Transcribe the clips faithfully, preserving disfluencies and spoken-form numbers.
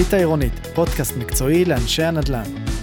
החזית העירונית, פודקאסט מקצועי לאנשי הנדל"ן.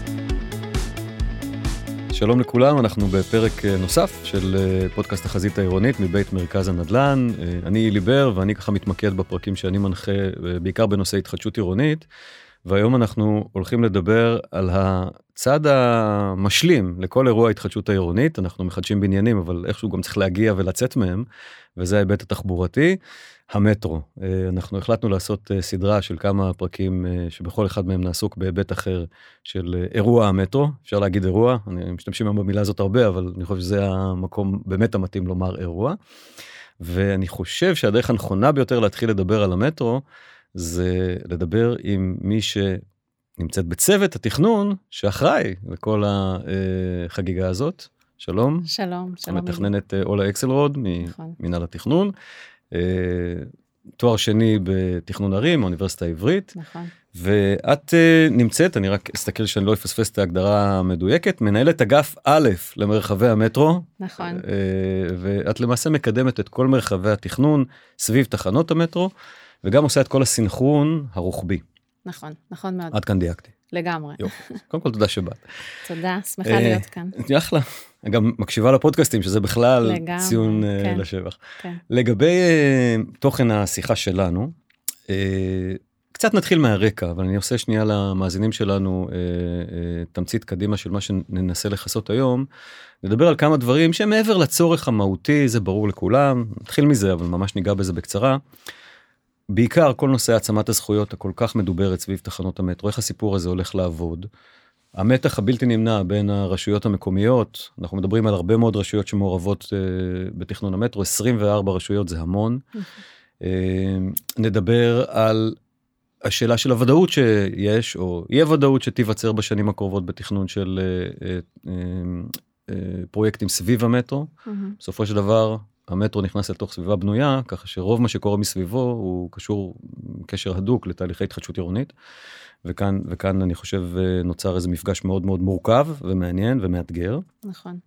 שלום לכולם, אנחנו בפרק נוסף של פודקאסט החזית העירונית מבית מרכז הנדל"ן. אני ליבר ואני ככה מתמקד בפרקים שאני מנחה בעיקר בנושא התחדשות עירונית, והיום אנחנו הולכים לדבר על הצד המשלים לכל אירוע התחדשות העירונית. אנחנו מחדשים בניינים, אבל איכשהו גם צריך להגיע ולצאת מהם, וזה ההיבט התחבורתי, המטרו. אנחנו החלטנו לעשות סדרה של כמה פרקים שבכל אחד מהם נעסוק בהיבט אחר של אירוע המטרו. אפשר להגיד אירוע, אני משתמשים היום במילה הזאת הרבה, אבל אני חושב שזה המקום באמת המתאים לומר אירוע. ואני חושב שהדרך הנכונה ביותר להתחיל לדבר על המטרו, זה לדבר עם מי שנמצאת בצוות התכנון שאחראי לכל החגיגה הזאת. שלום. שלום, שלום. המתכננת אולה אקסלרוד ממנהל התכנון. תואר שני בתכנון ערים, האוניברסיטה העברית. נכון. ואת נמצאת, אני רק אסתכל שאני לא אפספס את ההגדרה המדויקת, מנהלת אגף א' למרחבי המטרו. נכון. ואת למעשה מקדמת את כל מרחבי התכנון סביב תחנות המטרו, וגם עושה את כל הסינכרון הרוחבי. נכון, נכון מאוד. עד כאן דייקתי. לגמרי. יופי. קודם כל תודה שבאת. תודה, שמחה להיות כאן. אחלה. גם מקשיבה לפודקאסטים, שזה בכלל ציון לשבח. לגבי תוכן השיחה שלנו, קצת נתחיל מהרקע, אבל אני עושה שנייה למאזינים שלנו תמצית קדימה של מה שננסה לחסות היום. נדבר על כמה דברים שמעבר לצורך המהותי, זה ברור לכולם. נתחיל מזה, אבל ממש ניגע בזה בקצרה. בעיקר כל נושא העצמת הזכויות הכל כך מדוברת סביב תחנות המטרו, איך הסיפור הזה הולך לעבוד. המתח הבלתי נמנע בין הרשויות המקומיות, אנחנו מדברים על הרבה מאוד רשויות שמעורבות אה, בתכנון המטרו, עשרים וארבע רשויות זה המון. אה, נדבר על השאלה של הוודאות שיש, או אי הוודאות שתיווצר בשנים הקרובות בתכנון של אה, אה, אה, פרויקטים סביב המטרו. בסופו של דבר, המטרו נכנס לתוך סביבה בנויה, ככה שרוב מה שקורה מסביבו הוא קשור קשר הדוק לתהליכי התחדשות עירונית, וכאן, וכאן אני חושב נוצר איזה מפגש מאוד מאוד מורכב ומעניין ומאתגר. נכון.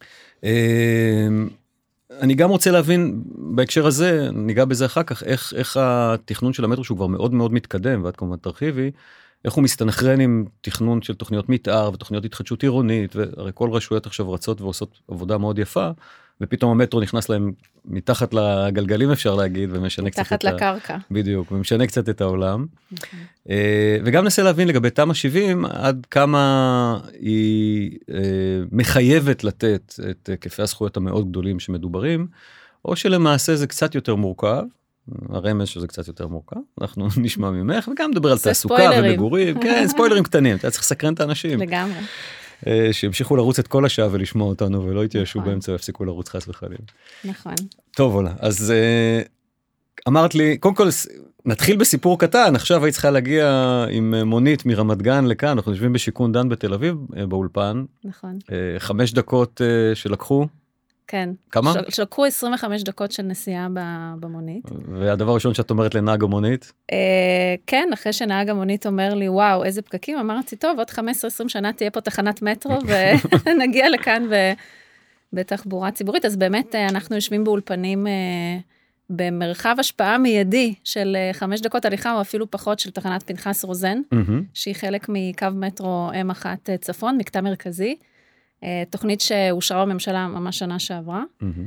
אני גם רוצה להבין בהקשר הזה, ניגע בזה אחר כך, איך, איך התכנון של המטרו שהוא כבר מאוד מאוד מתקדם, ואת כמובן תרחיבי, איך הוא מסתנכרן עם תכנון של תוכניות מתאר ותוכניות התחדשות עירונית, והרי כל רשויות עכשיו רצות ועושות עבודה מאוד יפה, ופתאום המטרו נכנס להם מתחת לגלגלים אפשר להגיד, ומשנה קצת את ה... מתחת לקרקע. בדיוק, ומשנה קצת את העולם. וגם ננסה להבין לגבי תמ"א שבעים, עד כמה היא מחייבת לתת את היקפי הזכויות המאוד גדולים שמדוברים, או שלמעשה זה קצת יותר מורכב, הרמז שזה קצת יותר מורכב, אנחנו נשמע ממך, וגם נדבר על תעסוקה ומגורים, כן, ספוילרים קטנים, אתה צריך לסקרן את האנשים. לגמרי. שימשיכו לרוץ את כל השעה ולשמוע אותנו, ולא יתייאשו באמצע ויפסיקו לרוץ חס וחלילה. נכון. טוב, אולה, אז אמרת לי, קודם כל נתחיל בסיפור קטן, עכשיו היית צריכה להגיע עם מונית מרמת גן לכאן, אנחנו יושבים בשיכון דן בתל אביב, באולפן. נכון. חמש דקות שלקחו. כן. כמה? שלקחו עשרים וחמש דקות של נסיעה במונית. והדבר הראשון שאת אומרת לנהג המונית? כן, אחרי שנהג המונית אומר לי, וואו, איזה פקקים, אמרתי, טוב, עוד חמש עשרה עשרים שנה תהיה פה תחנת מטרו, ונגיע לכאן בתחבורה ציבורית. אז באמת אנחנו יושבים באולפנים במרחב השפעה מיידי של חמש דקות הליכה, או אפילו פחות של תחנת פנחס רוזן, שהיא חלק מקו מטרו אם אחת צפון, מקטע מרכזי. תוכנית שאושרה בממשלה ממש שנה שעברה.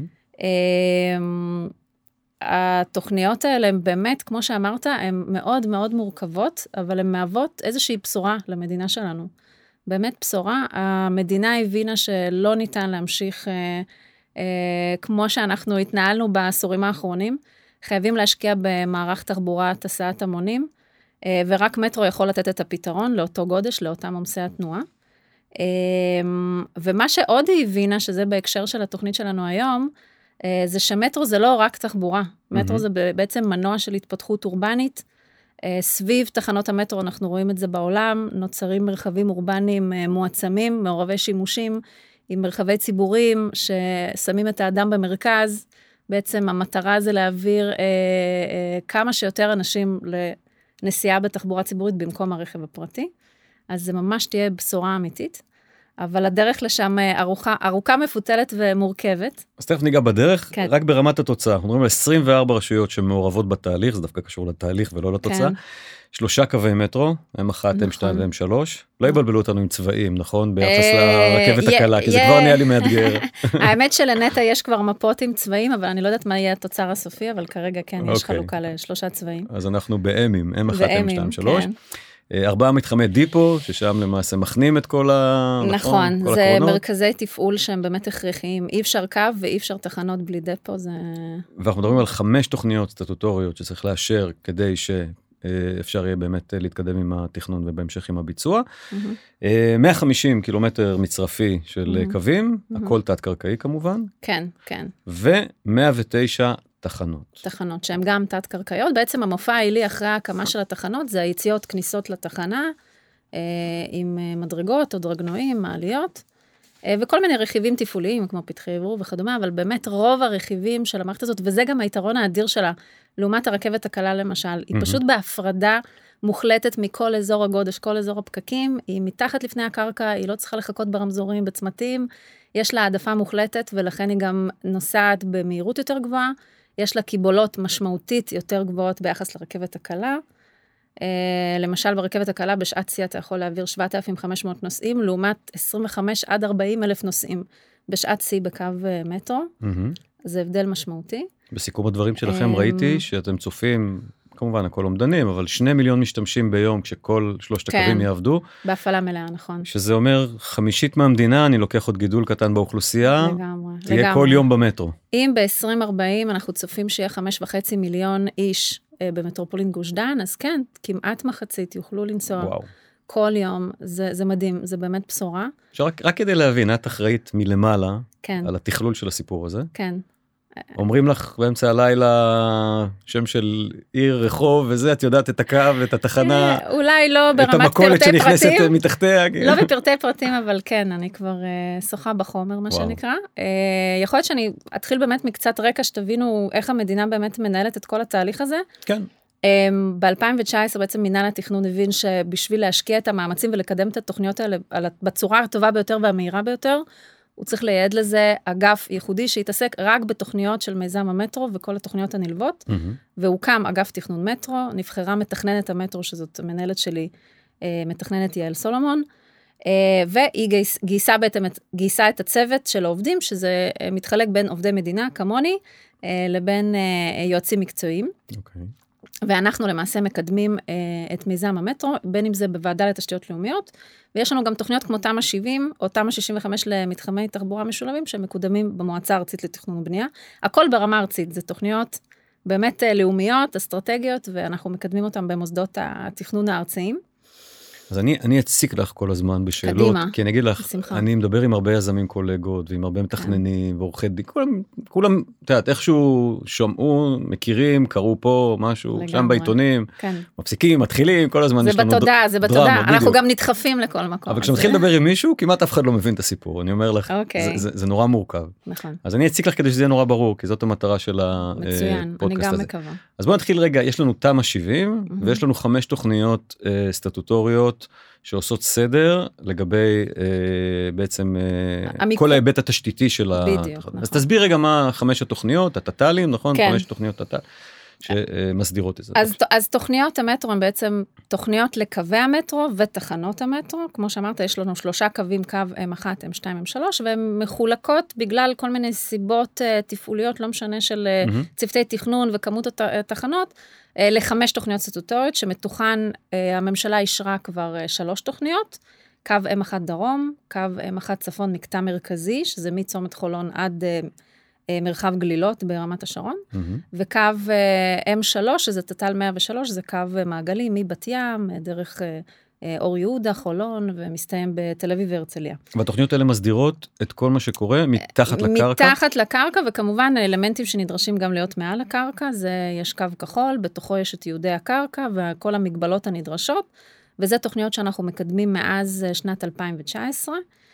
התוכניות האלה הן באמת, כמו שאמרת, הן מאוד מאוד מורכבות, אבל הן מהוות איזושהי בשורה למדינה שלנו. באמת בשורה, המדינה הבינה שלא ניתן להמשיך כמו שאנחנו התנהלנו בעשורים האחרונים, חייבים להשקיע במערך תחבורת הסעת המונים, ורק מטרו יכול לתת את הפתרון לאותו גודש, לאותם עומסי התנועה. ומה שעוד היא הבינה, שזה בהקשר של התוכנית שלנו היום, זה שמטרו זה לא רק תחבורה, מטרו זה בעצם מנוע של התפתחות אורבנית, סביב תחנות המטרו אנחנו רואים את זה בעולם, נוצרים מרחבים אורבניים מועצמים, מעורבי שימושים, עם מרחבי ציבורים ששמים את האדם במרכז, בעצם המטרה זה להעביר כמה שיותר אנשים לנסיעה בתחבורה ציבורית במקום הרכב הפרטי, אז זה ממש תהיה בשורה אמיתית. אבל הדרך לשם ארוכה, ארוכה מפותלת ומורכבת. אז תכף ניגע בדרך, כן. רק ברמת התוצאה. אנחנו מדברים על עשרים וארבע רשויות שמעורבות בתהליך, זה דווקא קשור לתהליך ולא לתוצאה. כן. שלושה קווי מטרו, אם אחת, אם שתיים ואם שלוש. לא יבלבלו אותנו עם צבעים, נכון? ביחס לרכבת הקלה, כי זה כבר נהיה לי מאתגר. האמת שלנטה יש כבר מפות עם צבעים, אבל אני לא יודעת מה יהיה התוצר הסופי, אבל כרגע כן, יש חלוקה לשלושה צבעים. אז אנחנו באמים, אם אחת, אם שתיים, שלוש. ארבעה מתחמי דיפו, ששם למעשה מכנים את כל ה... נכון, זה מרכזי תפעול שהם באמת הכרחיים. אי אפשר קו ואי אפשר תחנות בלי דיפו, זה... ואנחנו מדברים על חמש תוכניות סטטוטוריות שצריך לאשר כדי שאפשר יהיה באמת להתקדם עם התכנון ובהמשך עם הביצוע. מאה וחמישים קילומטר מצרפי של קווים, הכל תת-קרקעי כמובן. כן, כן. ו-מאה ותשע תחנות. תחנות שהן גם תת-קרקעיות. בעצם המופע העילי אחרי ההקמה של התחנות, זה היציאות כניסות לתחנה, אה, עם מדרגות או דרגנועים, מעליות, אה, וכל מיני רכיבים תפעוליים, כמו פתחי עברור וכדומה, אבל באמת רוב הרכיבים של המערכת הזאת, וזה גם היתרון האדיר שלה, לעומת הרכבת הקלה למשל, היא פשוט בהפרדה מוחלטת מכל אזור הגודש, כל אזור הפקקים, היא מתחת לפני הקרקע, היא לא צריכה לחכות ברמזורים, בצמתים, יש לה העדפה מוחלטת, ולכן היא גם נוסעת במהירות יותר גבוהה, יש לה קיבולות משמעותית יותר גבוהות ביחס לרכבת הקלה. למשל, ברכבת הקלה בשעת שיא אתה יכול להעביר שבעת אלפים וחמש מאות נוסעים, לעומת עשרים וחמש עד ארבעים אלף נוסעים בשעת שיא בקו מטרו. זה הבדל משמעותי. בסיכום הדברים שלכם ראיתי שאתם צופים, כמובן הכל עומדנים, אבל שני מיליון משתמשים ביום כשכל שלושת הקווים יעבדו. בהפעלה מלאה, נכון. שזה אומר חמישית מהמדינה, אני לוקח עוד גידול קטן באוכלוסייה. לגמרי. תהיה כל יום במטרו. אם ב-עשרים ארבעים אנחנו צופים שיהיה חמש וחצי מיליון איש במטרופולין גוש דן, אז כן, כמעט מחצית יוכלו לנסוע. וואו. כל יום, זה, זה מדהים, זה באמת בשורה. רק, רק כדי להבין, את אחראית מלמעלה, כן. על התכלול של הסיפור הזה. כן. אומרים לך באמצע הלילה שם של עיר, רחוב וזה, את יודעת את הקו ואת התחנה. אולי לא ברמת פרטי פרטים. את המקולת שנכנסת מתחתיה. לא בפרטי פרטים, אבל כן, אני כבר שוחה בחומר, מה שנקרא. יכול להיות שאני אתחיל באמת מקצת רקע, שתבינו איך המדינה באמת מנהלת את כל התהליך הזה. כן. ב-אלפיים תשע עשרה בעצם מינהל התכנון הבין שבשביל להשקיע את המאמצים ולקדם את התוכניות האלה בצורה הטובה ביותר והמהירה ביותר, הוא צריך לייעד לזה אגף ייחודי שיתעסק רק בתוכניות של מיזם המטרו וכל התוכניות הנלוות, mm-hmm. והוקם אגף תכנון מטרו, נבחרה מתכננת המטרו, שזאת המנהלת שלי, מתכננת יעל סולומון, והיא גייס, גייסה, בעצם, גייסה את הצוות של העובדים, שזה מתחלק בין עובדי מדינה, כמוני, לבין יועצים מקצועיים. אוקיי. Okay. ואנחנו למעשה מקדמים אה, את מיזם המטרו, בין אם זה בוועדה לתשתיות לאומיות, ויש לנו גם תוכניות כמו תמ"א שבעים, או תמ"א שישים וחמש למתחמי תחבורה משולבים, שמקודמים במועצה הארצית לתכנון ובנייה. הכל ברמה ארצית, זה תוכניות באמת אה, לאומיות, אסטרטגיות, ואנחנו מקדמים אותם במוסדות התכנון הארציים. אז אני, אני אציק לך כל הזמן בשאלות, קדימה. כי אני אגיד לך, בשמחה. אני מדבר עם הרבה יזמים קולגות, ועם הרבה מתכננים, כן. ועורכי דין, כולם, כולם, את יודעת, איכשהו שומעו, מכירים, קראו פה משהו, לגמרי. שם בעיתונים, כן. מפסיקים, מתחילים, כל הזמן יש לנו דרמה. זה בתודה, זה בתודה, אנחנו בדיוק. גם נדחפים לכל מקום. אבל כשמתחיל לדבר עם מישהו, כמעט אף אחד לא מבין את הסיפור, אני אומר לך, אוקיי. זה, זה, זה נורא מורכב. נכון. אז אני אציק לך כדי שזה יהיה נורא ברור, כי זאת המטרה של הפודקאסט הזה. מצוין, אני גם מקווה. אז בואו נתחיל רגע, יש לנו תמ"א שבעים, ויש לנו חמש תוכניות אה, סטטוטוריות שעושות סדר לגבי אה, בעצם אה, המיקרו... כל ההיבט התשתיתי של בדיוק, ה... נכון. אז תסביר רגע מה חמש התוכניות, הטטלים, נכון? כן. חמש תוכניות טטל, שמסדירות את זה. אז, אז תוכניות המטרו הן בעצם תוכניות לקווי המטרו ותחנות המטרו, כמו שאמרת, יש לנו שלושה קווים, קו אם אחת, אם שתיים, אם שלוש, והן מחולקות בגלל כל מיני סיבות uh, תפעוליות, לא משנה של uh, mm-hmm. צוותי תכנון וכמות התחנות, uh, לחמש תוכניות סטטוטוריות, שמתוכן uh, הממשלה אישרה כבר uh, שלוש תוכניות, קו אם אחת דרום, קו אם אחת צפון מקטע מרכזי, שזה מצומת חולון עד... Uh, מרחב גלילות ברמת השרון, mm-hmm. וקו אם שלוש, שזה טטל מאה ושלוש, זה קו מעגלי מבת ים, דרך אור יהודה, חולון, ומסתיים בתל אביב והרצליה. והתוכניות האלה מסדירות את כל מה שקורה מתחת לקרקע? מתחת לקרקע, וכמובן האלמנטים שנדרשים גם להיות מעל הקרקע, זה יש קו כחול, בתוכו יש את יהודי הקרקע, וכל המגבלות הנדרשות, וזה תוכניות שאנחנו מקדמים מאז שנת אלפיים תשע עשרה,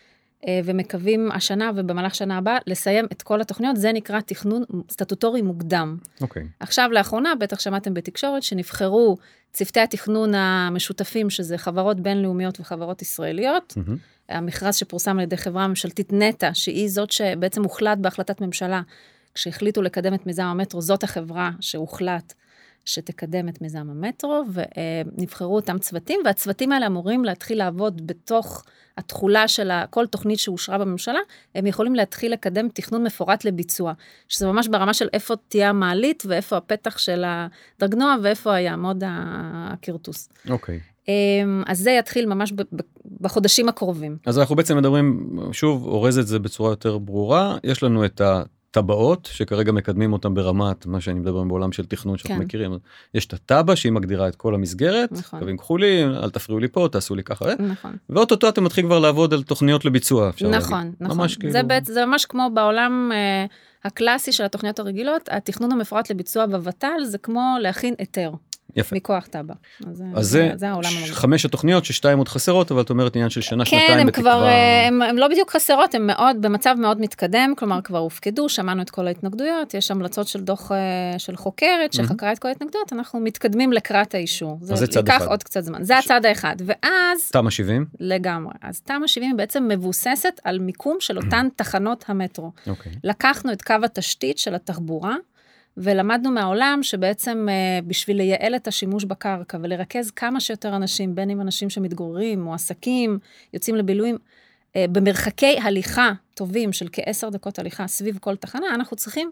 ומקווים השנה ובמהלך שנה הבאה לסיים את כל התוכניות, זה נקרא תכנון סטטוטורי מוקדם. אוקיי. Okay. עכשיו לאחרונה, בטח שמעתם בתקשורת, שנבחרו צוותי התכנון המשותפים, שזה חברות בינלאומיות וחברות ישראליות, mm-hmm. המכרז שפורסם על ידי חברה ממשלתית נטה, שהיא זאת שבעצם הוחלט בהחלטת ממשלה, כשהחליטו לקדם את מיזם המטרו, זאת החברה שהוחלט שתקדם את מיזם המטרו, ונבחרו אותם צוותים, והצוותים האלה אמורים להתחיל לעבוד בתוך התחולה של כל תוכנית שאושרה בממשלה, הם יכולים להתחיל לקדם תכנון מפורט לביצוע, שזה ממש ברמה של איפה תהיה המעלית, ואיפה הפתח של הדרגנוע, ואיפה יעמוד הקרטוס. אוקיי. אז זה יתחיל ממש בחודשים הקרובים. אז אנחנו בעצם מדברים, שוב, אורז את זה בצורה יותר ברורה, יש לנו את ה... טבעות, שכרגע מקדמים אותם ברמת, מה שאני מדבר בעולם של תכנון שאנחנו כן. מכירים. יש את הטבע שהיא מגדירה את כל המסגרת, נכון. קווים כחולים, אל תפריעו לי פה, תעשו לי ככה. נכון. ואוטוטו אתם מתחילים כבר לעבוד על תוכניות לביצוע. נכון, נכון. זה, כאילו... בית, זה ממש כמו בעולם אה, הקלאסי של התוכניות הרגילות, התכנון המפורט לביצוע בוות"ל, זה כמו להכין היתר. יפה. מכוח טבע. אז זה, זה, זה ש- חמש התוכניות ששתיים עוד חסרות, אבל את אומרת עניין של שנה, כן, שנתיים הם בתקווה. כבר, הם, הם לא בדיוק חסרות, הם מאוד, במצב מאוד מתקדם, כלומר כבר הופקדו, שמענו את כל ההתנגדויות, יש המלצות של דוח של חוקרת, שחקרה את כל ההתנגדויות, אנחנו מתקדמים לקראת האישור. אז זה צד אחד. ייקח עוד קצת זמן. זה הצד האחד. ואז... תמ"א שבעים? לגמרי. אז תמ"א שבעים בעצם מבוססת על מיקום של אותן תחנות המטרו. לקחנו את קו התשתית של התחבורה, ולמדנו מהעולם שבעצם בשביל לייעל את השימוש בקרקע, ולרכז כמה שיותר אנשים, בין אם אנשים שמתגוררים, מועסקים, יוצאים לבילויים, במרחקי הליכה טובים של כעשר דקות הליכה סביב כל תחנה, אנחנו צריכים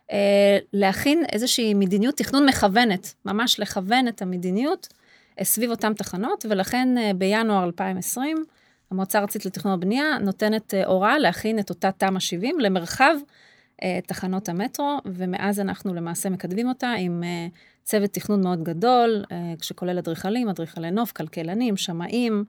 להכין איזושהי מדיניות תכנון מכוונת, ממש לכוון את המדיניות סביב אותם תחנות, ולכן בינואר אלפיים ועשרים, המועצה הארצית לתכנון ובנייה נותנת הוראה להכין את אותה תמ"א שבעים למרחב תחנות המטרו, ומאז אנחנו למעשה מקדמים אותה עם צוות תכנון מאוד גדול, שכולל אדריכלים, אדריכלי נוף, כלכלנים, שמאים.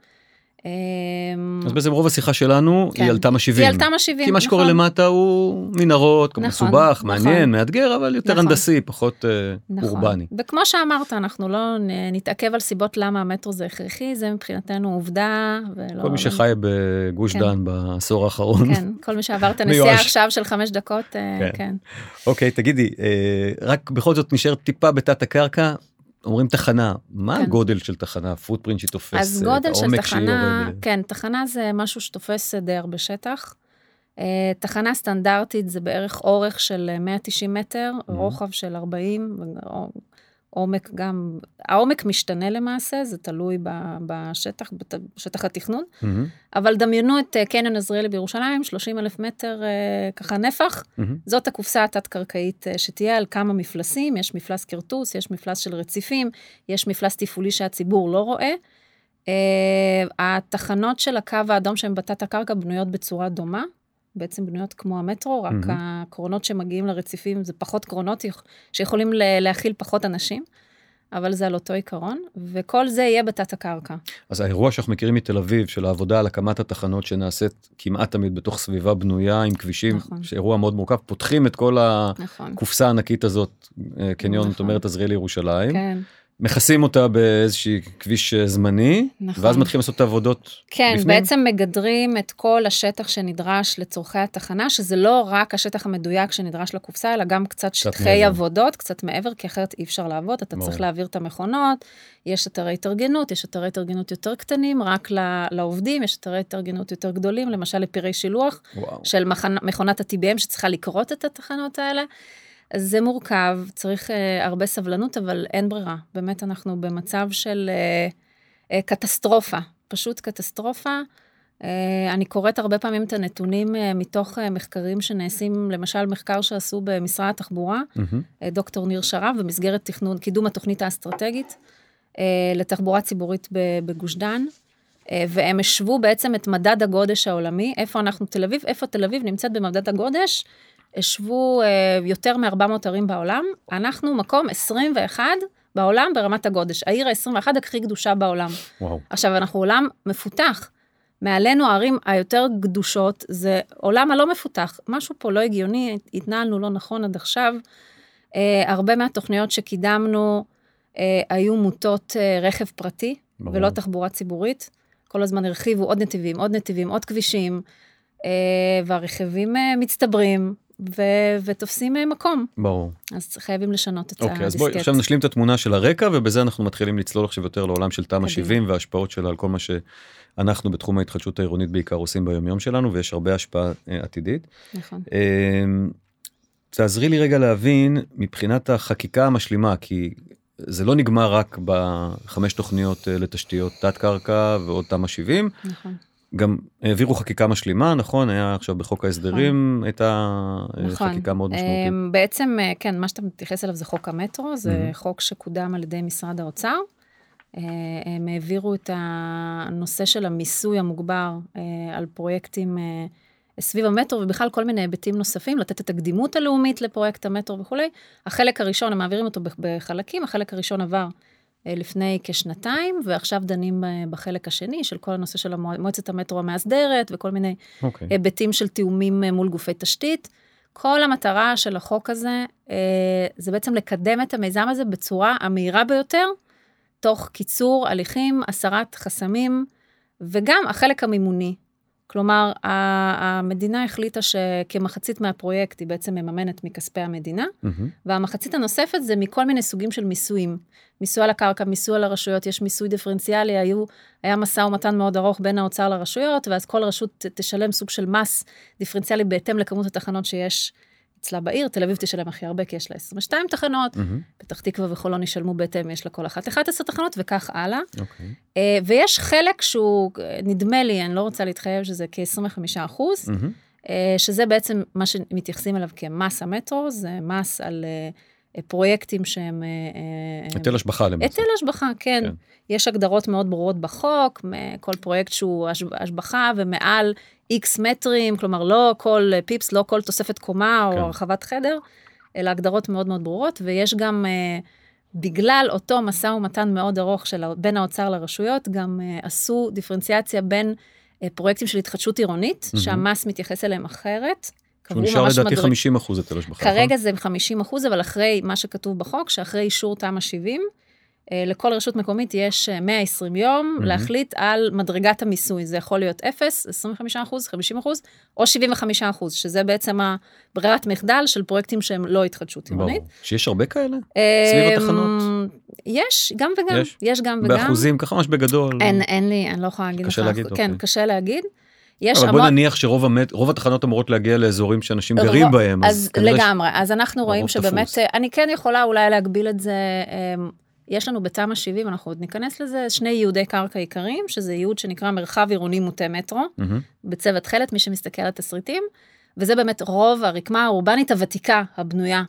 אז בעצם רוב השיחה שלנו היא על תמ"א שבעים. היא על תמ"א שבעים, נכון. כי מה שקורה למטה הוא מנהרות, מסובך, מעניין, מאתגר, אבל יותר הנדסי, פחות אורבני. וכמו שאמרת, אנחנו לא נתעכב על סיבות למה המטרו זה הכרחי, זה מבחינתנו עובדה. כל מי שחי בגוש דן בעשור האחרון. כן, כל מי שעבר את הנסיעה עכשיו של חמש דקות, כן. אוקיי, תגידי, רק בכל זאת נשאר טיפה בתת הקרקע, אומרים תחנה, מה כן. הגודל של תחנה? פוטפרינט שתופס, אז גודל של תחנה, כן, תחנה זה משהו שתופס די הרבה שטח. תחנה סטנדרטית זה בערך אורך של מאה ותשעים מטר, mm-hmm. רוחב של ארבעים, עומק גם, העומק משתנה למעשה, זה תלוי בשטח, בשטח התכנון, mm-hmm. אבל דמיינו את קניון עזריאלי בירושלים, שלושים אלף מטר ככה נפח, mm-hmm. זאת הקופסה התת-קרקעית שתהיה על כמה מפלסים, יש מפלס קרטוס, יש מפלס של רציפים, יש מפלס תפעולי שהציבור לא רואה, התחנות של הקו האדום שהן בתת הקרקע בנויות בצורה דומה, בעצם בנויות כמו המטרו, רק mm-hmm. הקרונות שמגיעים לרציפים, זה פחות קרונות שיכולים להכיל פחות אנשים, אבל זה על אותו עיקרון, וכל זה יהיה בתת הקרקע. אז האירוע שאנחנו מכירים מתל אביב, של העבודה על הקמת התחנות שנעשית כמעט תמיד בתוך סביבה בנויה עם כבישים, נכון. שאירוע מאוד מורכב, פותחים את כל הקופסה הענקית הזאת, קניון, נכון. זאת אומרת, עזריאלי ירושלים. כן. מכסים אותה באיזושהי כביש זמני, נכון. ואז מתחילים לעשות את העבודות כן, בפנים. בעצם מגדרים את כל השטח שנדרש לצורכי התחנה, שזה לא רק השטח המדויק שנדרש לקופסה, אלא גם קצת שטחי מעבר. עבודות, קצת מעבר, כי אחרת אי אפשר לעבוד, אתה מאוד. צריך להעביר את המכונות, יש אתרי התארגנות, יש אתרי התארגנות יותר קטנים, רק לעובדים, יש אתרי התארגנות יותר גדולים, למשל לפירי שילוח, וואו. של מכונת ה-טי בי אם שצריכה לקרות את התחנות האלה, אז זה מורכב, צריך uh, הרבה סבלנות, אבל אין ברירה. באמת אנחנו במצב של uh, uh, קטסטרופה, פשוט קטסטרופה. Uh, אני קוראת הרבה פעמים את הנתונים uh, מתוך uh, מחקרים שנעשים, למשל מחקר שעשו במשרד התחבורה, mm-hmm. uh, דוקטור ניר שרב, במסגרת תכנון, קידום התוכנית האסטרטגית, uh, לתחבורה ציבורית בגוש דן, uh, והם השוו בעצם את מדד הגודש העולמי, איפה אנחנו תל אביב, איפה תל אביב נמצאת במדד הגודש, השוו uh, יותר מ-ארבע מאות ערים בעולם, אנחנו מקום עשרים ואחת בעולם ברמת הגודש, העיר ה-עשרים ואחת הכי קדושה בעולם. וואו. עכשיו, אנחנו עולם מפותח, מעלינו הערים היותר קדושות, זה עולם הלא מפותח, משהו פה לא הגיוני, התנהלנו לא נכון עד עכשיו, uh, הרבה מהתוכניות שקידמנו, uh, היו מוטות uh, רכב פרטי, ברור. ולא תחבורה ציבורית, כל הזמן הרחיבו עוד נתיבים, עוד נתיבים, עוד כבישים, uh, והרכיבים uh, מצטברים, ו- ותופסים מקום. ברור. אז חייבים לשנות את אוקיי, הדיסקט. אז בואי, עכשיו נשלים את התמונה של הרקע, ובזה אנחנו מתחילים לצלול עכשיו יותר לעולם של תמ"א שבעים, וההשפעות שלה על כל מה שאנחנו בתחום ההתחדשות העירונית בעיקר עושים ביום יום שלנו, ויש הרבה השפעה עתידית. נכון. תעזרי לי רגע להבין, מבחינת החקיקה המשלימה, כי זה לא נגמר רק בחמש תוכניות לתשתיות תת קרקע ועוד תמ"א שבעים. נכון. גם העבירו חקיקה משלימה, נכון? היה עכשיו בחוק ההסדרים, נכון. הייתה נכון. חקיקה מאוד משמעותית. בעצם, כן, מה שאתה מתייחס אליו זה חוק המטרו, זה mm-hmm. חוק שקודם על ידי משרד האוצר. הם העבירו את הנושא של המיסוי המוגבר על פרויקטים סביב המטרו, ובכלל כל מיני היבטים נוספים, לתת את הקדימות הלאומית לפרויקט המטרו וכולי. החלק הראשון, הם מעבירים אותו בחלקים, החלק הראשון עבר לפני כשנתיים, ועכשיו דנים בחלק השני, של כל הנושא של מועצת המטרו המאסדרת, וכל מיני okay. היבטים של תיאומים מול גופי תשתית. כל המטרה של החוק הזה, זה בעצם לקדם את המיזם הזה בצורה המהירה ביותר, תוך קיצור הליכים, הסרת חסמים, וגם החלק המימוני. כלומר, המדינה החליטה שכמחצית מהפרויקט היא בעצם מממנת מכספי המדינה, mm-hmm. והמחצית הנוספת זה מכל מיני סוגים של מיסויים. מיסוי על הקרקע, מיסוי על הרשויות, יש מיסוי דיפרנציאלי, היו, היה מסע ומתן מאוד ארוך בין האוצר לרשויות, ואז כל רשות תשלם סוג של מס דיפרנציאלי בהתאם לכמות התחנות שיש אצלה בעיר. תל אביב תשלם הכי הרבה, כי יש לה עשרים ושתיים תחנות, mm-hmm. פתח תקווה וחולון ישלמו בהתאם, יש לה כל אחת אחת עשרה תחנות, וכך הלאה. Okay. Uh, ויש חלק שהוא, נדמה לי, אני לא רוצה להתחייב שזה כ-עשרים וחמישה אחוז, mm-hmm. uh, שזה בעצם מה שמתייחסים אליו כמס המטרו, זה מס על uh, פרויקטים שהם... Uh, היטל השבחה למעשה. היטל השבחה, כן. כן. יש הגדרות מאוד ברורות בחוק, כל פרויקט שהוא השבחה, ומעל איקס מטרים, כלומר לא כל פיפס, לא כל תוספת קומה או הרחבת חדר, אלא הגדרות מאוד מאוד ברורות, ויש גם, בגלל אותו מסע ומתן מאוד ארוך של בין האוצר לרשויות, גם עשו דיפרנציאציה בין פרויקטים של התחדשות עירונית, שהמס מתייחס אליהם אחרת. שהוא נשאר לדעתי חמישים אחוז היטל השבחה. כרגע זה חמישים אחוז, אבל אחרי מה שכתוב בחוק, שאחרי אישור תמ"א שבעים, לכל רשות מקומית יש מאה ועשרים יום mm-hmm. להחליט על מדרגת המיסוי. זה יכול להיות אפס, עשרים וחמישה אחוז, חמישים אחוז, או שבעים וחמישה אחוז, שזה בעצם הברירת מחדל של פרויקטים שהם לא התחדשות עירונית. שיש הרבה כאלה? סביב התחנות? יש, גם וגם. יש, יש גם וגם. באחוזים, ככה ממש בגדול. אין, אין לי, אני לא יכולה להגיד לך. קשה להגיד, כן, אוקיי. קשה להגיד. אבל המון... בוא נניח שרוב המת... רוב התחנות אמורות להגיע לאזורים שאנשים גרים רוב... בהם. אז, אז לגמרי, ש... אז אנחנו רואים שבאמת, תפוס. אני כן יכולה אולי להגביל את זה, יש לנו בתמ"א שבעים, אנחנו עוד ניכנס לזה, שני ייעודי קרקע עיקריים, שזה ייעוד שנקרא מרחב עירוני מוטה מטרו, mm-hmm. בצוות תכלת, מי שמסתכל על תסריטים, וזה באמת רוב הרקמה האורבנית הוותיקה, הבנויה,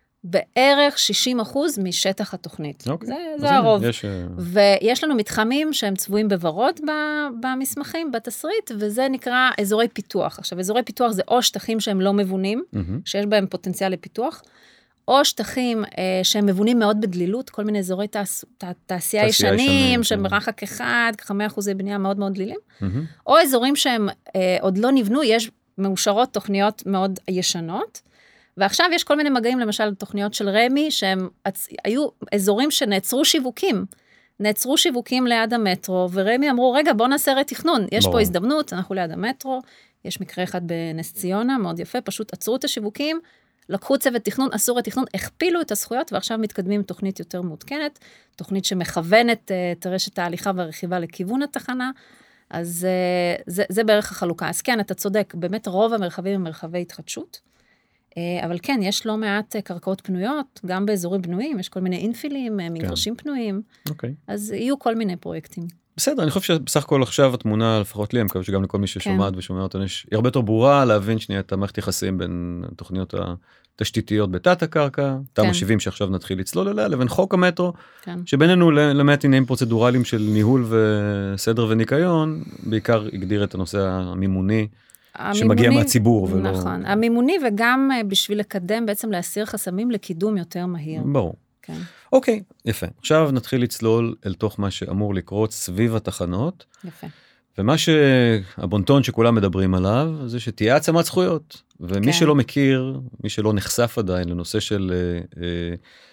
בערך שישים אחוז משטח התוכנית. Okay. זה, זה הרוב. יש... ויש לנו מתחמים שהם צבועים בוורוד במסמכים, בתסריט, וזה נקרא אזורי פיתוח. עכשיו, אזורי פיתוח זה או שטחים שהם לא מבונים, mm-hmm. שיש בהם פוטנציאל לפיתוח, או שטחים אה, שהם מבונים מאוד בדלילות, כל מיני אזורי תעש... ת... תעשייה ישנים, שהם ברחק אחד, כמה אחוזי בנייה מאוד מאוד דלילים, mm-hmm. או אזורים שהם אה, עוד לא נבנו, יש מאושרות תוכניות מאוד ישנות, ועכשיו יש כל מיני מגעים, למשל, תוכניות של רמי, שהם היו אזורים שנעצרו שיווקים, נעצרו שיווקים ליד המטרו, ורמי אמרו, רגע, בוא נעשה רתכנון, יש בוא. פה הזדמנות, אנחנו ליד המטרו, יש מקרה אחד בנס ציונה, מאוד יפה, פשוט עצרו את השיווקים, לקחו צוות תכנון, עשו רתכנון, הכפילו את הזכויות, ועכשיו מתקדמים תוכנית יותר מעודכנת, תוכנית שמכוונת את רשת ההליכה והרכיבה לכיוון התחנה, אז זה, זה בערך החלוקה. אז כן, אתה צודק, באמת רוב המרחבים הם מרחבי התחדשות, אבל כן, יש לא מעט קרקעות פנויות, גם באזורים פנויים, יש כל מיני אינפילים, מגרשים כן. פנויים, okay. אז יהיו כל מיני פרויקטים. בסדר, אני חושב שבסך הכל עכשיו התמונה, לפחות לי, אני מקווה שגם לכל מי ששומעת כן. ושומע אותנו, יש הרבה יותר ברורה להבין שנייה את המערכת יחסים בין התוכניות התשתיתיות בתת הקרקע, תמ"א כן. שבעים שעכשיו נתחיל לצלול אליה, לבין חוק המטרו, כן. שבינינו למעט עניינים פרוצדורליים של ניהול וסדר וניקיון, בעיקר הגדיר את הנושא המימוני, שמגיע מהציבור. ולא... נכון, המימוני וגם בשביל לקדם, בעצם להסיר חסמים לקידום יותר מהיר. ברור. כן. אוקיי, יפה. עכשיו נתחיל לצלול אל תוך מה שאמור לקרות סביב התחנות. יפה. ומה שהבונטון שכולם מדברים עליו, זה שתהיה עצמת זכויות. ומי כן. שלא מכיר, מי שלא נחשף עדיין לנושא של אה,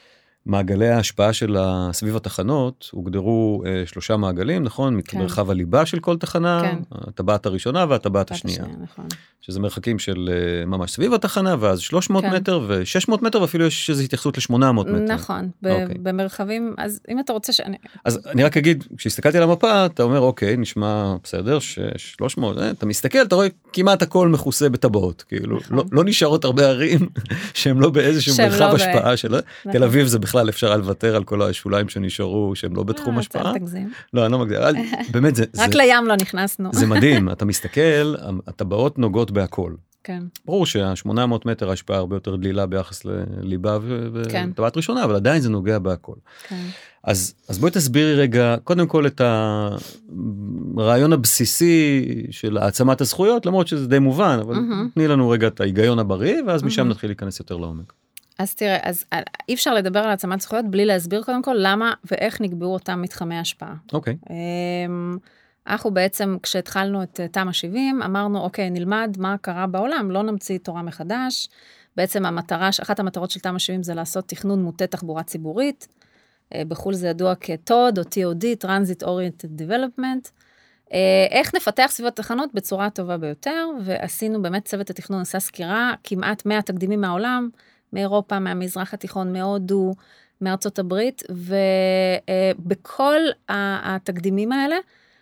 מעגלי ההשפעה של סביב התחנות, הוגדרו אה, שלושה מעגלים, נכון? כן. מרחב הליבה של כל תחנה, כן. הטבעת הראשונה והטבעת השנייה. השנייה נכון. שזה מרחקים של אה, ממש סביב התחנה, ואז שלוש מאות כן. מטר ו-שש מאות מטר, ואפילו יש איזו התייחסות ל-שמונה מאות מטר. נכון, ב- אוקיי. במרחבים, אז אם אתה רוצה שאני... אז אני רק אגיד, כשהסתכלתי על המפה, אתה אומר, אוקיי, נשמע בסדר, שלוש מאות, אה, אתה מסתכל, אתה רואה כמעט הכל מכוסה בטבעות, כאילו, נכון. לא, לא נשארות הרבה ערים שהם לא באיזשהו מרחב לא השפעה ב... של... נכון. תל אביב זה בכלל אפשר לוותר על כל השוליים שנשארו, שהם לא בתחום השפעה. לא, אני לא מגזים. באמת זה... רק לים לא נכנסנו. זה מדהים, אתה מסתכל, הטבעות נוגעות בהכל. כן. ברור שה-שמונה מאות מטר ההשפעה הרבה יותר דלילה ביחס לליבה וטבעת ראשונה, אבל עדיין זה נוגע בהכל. כן. אז, אז בואי תסבירי רגע, קודם כל את הרעיון הבסיסי של העצמת הזכויות, למרות שזה די מובן, אבל תני לנו רגע את ההיגיון הבריא, ואז משם נתחיל להיכנס יותר לעומק. אז תראה, אז אי אפשר לדבר על העצמת זכויות בלי להסביר קודם כל למה ואיך נקבעו אותם מתחמי השפעה. אוקיי. אנחנו בעצם, כשהתחלנו את תמ"א שבעים, אמרנו, אוקיי, נלמד מה קרה בעולם, לא נמציא תורה מחדש. בעצם המטרה, אחת המטרות של תמ"א שבעים זה לעשות תכנון מוטה תחבורה ציבורית. בחול זה ידוע כ-טוד או טי או די, Transit Oriented Development. איך נפתח סביב התחנות בצורה הטובה ביותר, ועשינו באמת צוות התכנון, עשה סקירה, כמעט מאה תקדימים מהעולם, מאירופה, מהמזרח התיכון, מהודו, מארצות הברית, ובכל התקדימים האלה,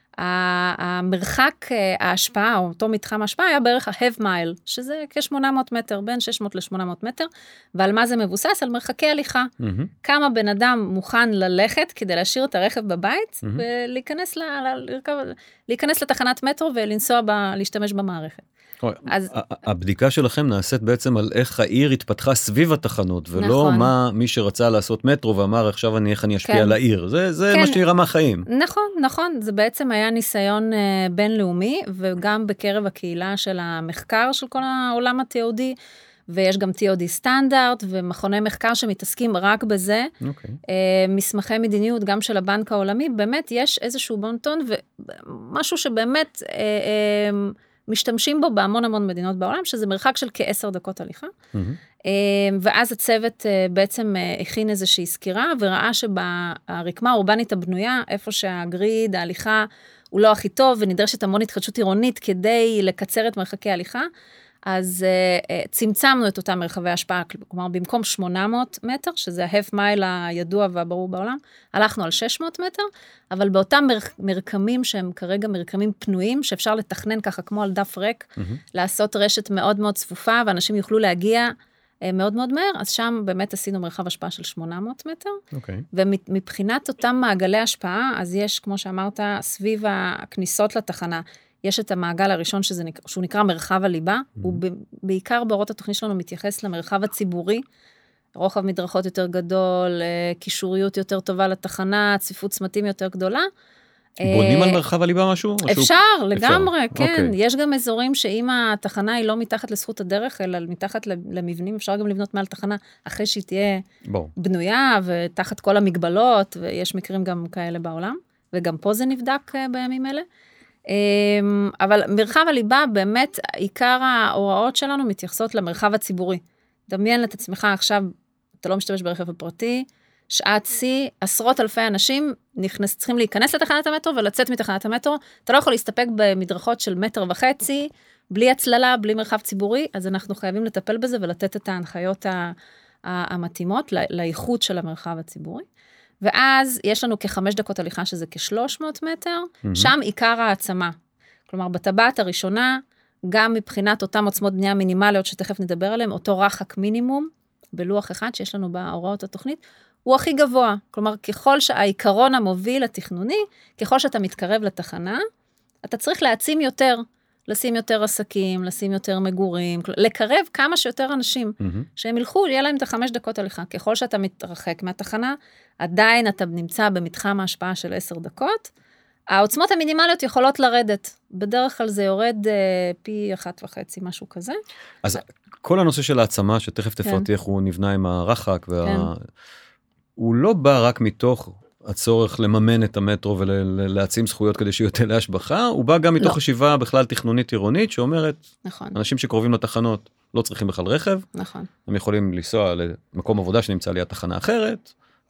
המרחק ההשפעה, או אותו מתחם ההשפעה, היה בערך ה-half mile, שזה כ-שמונה מאות מטר, בין שש מאות ל-שמונה מאות מטר, ועל מה זה מבוסס? על מרחקי הליכה. Mm-hmm. כמה בן אדם מוכן ללכת, כדי להשאיר את הרכב בבית, mm-hmm. ולהיכנס, ל- ל- לרכב, להיכנס לתחנת מטרו, ולנסוע ב- להשתמש במערכת. אז הבדיקה שלכם נעשית בעצם על איך העיר התפתחה סביב התחנות, ולא מה מי שרצה לעשות מטרו ואמר עכשיו אני איך אני אשפיע על העיר, זה מה שנראה מהחיים. נכון, נכון, זה בעצם היה ניסיון בינלאומי, וגם בקרב הקהילה של המחקר של כל העולם ה-טי או די, ויש גם טי או די סטנדרט, ומכוני מחקר שמתעסקים רק בזה, מסמכי מדיניות גם של הבנק העולמי, באמת יש איזשהו בונטון, ומשהו שבאמת... משתמשים בו בהמון המון מדינות בעולם, שזה מרחק של כעשר דקות הליכה, mm-hmm. ואז הצוות בעצם הכין איזושהי סקירה, וראה שהרקמה האורבנית הבנויה, איפה שהגריד, ההליכה, הוא לא הכי טוב, ונדרשת המון התחדשות עירונית, כדי לקצר את מרחקי ההליכה, אז uh, צמצמנו את אותם מרחבי השפעה, כלומר, במקום שמונה מאות מטר, שזה ה-half mile הידוע והברור בעולם, הלכנו על שש מאות מטר, אבל באותם מר, מרקמים שהם כרגע מרקמים פנויים, שאפשר לתכנן ככה כמו על דף ריק, mm-hmm. לעשות רשת מאוד מאוד צפופה, ואנשים יוכלו להגיע uh, מאוד מאוד מהר, אז שם באמת עשינו מרחב השפעה של שמונה מאות מטר, okay. ומבחינת אותם מעגלי השפעה, אז יש, כמו שאמרת, סביב הכניסות לתחנה, יש את המעגל הראשון שזה, שהוא נקרא מרחב הליבה, mm-hmm. הוא ב, בעיקר בהוראות התוכנית שלנו מתייחס למרחב הציבורי, רוחב מדרכות יותר גדול, קישוריות יותר טובה לתחנה, צפיפות צמתים יותר גדולה. בונים על מרחב הליבה משהו? אפשר, לגמרי, אפשר. כן. Okay. יש גם אזורים שאם התחנה היא לא מתחת לזכות הדרך, אלא מתחת למבנים, אפשר גם לבנות מעל תחנה, אחרי שהיא תהיה בוא. בנויה, ותחת כל המגבלות, ויש מקרים גם כאלה בעולם, וגם פה זה נבדק בימים אלה. אבל מרחב הליבה, באמת, עיקר ההוראות שלנו מתייחסות למרחב הציבורי. דמיין את עצמך עכשיו, אתה לא משתמש ברכב הפרטי, שעת שיא, עשרות אלפי אנשים נכנס, צריכים להיכנס לתחנת המטרו ולצאת מתחנת המטרו, אתה לא יכול להסתפק במדרכות של מטר וחצי, בלי הצללה, בלי מרחב ציבורי, אז אנחנו חייבים לטפל בזה ולתת את ההנחיות המתאימות לאיכות של המרחב הציבורי. ואז יש לנו כחמש דקות הליכה, שזה כשלוש מאות מטר, mm-hmm. שם עיקר העצמה. כלומר, בטבעת הראשונה, גם מבחינת אותם עוצמות בנייה מינימליות, שתכף נדבר עליהם, אותו רחק מינימום, בלוח אחד שיש לנו בהוראות התוכנית, הוא הכי גבוה. כלומר, ככל שהעיקרון המוביל התכנוני, ככל שאתה מתקרב לתחנה, אתה צריך להעצים יותר, לשים יותר עסקים, לשים יותר מגורים, לקרב כמה שיותר אנשים, mm-hmm. שהם ילכו, יהיה להם את החמש דקות הליכה. ככל שאתה מתרחק מהתחנה, עדיין אתה נמצא במתחם ההשפעה של עשר דקות, העוצמות המינימליות יכולות לרדת. בדרך כלל זה יורד אה, פי אחת וחצי, משהו כזה. אז כל הנושא של העצמה, שתכף תפרטי איך הוא נבנה עם הרחק, וה... כן. הוא לא בא רק מתוך הצורך לממן את המטרו ולהעצים זכויות כדי שיהיה יותר להשבחה, הוא בא גם מתוך לא. חשיבה בכלל תכנונית עירונית, שאומרת, נכון. אנשים שקרובים לתחנות לא צריכים בכלל רכב, נכון. הם יכולים לנסוע למקום עבודה שנמצא ליד תחנה אחרת,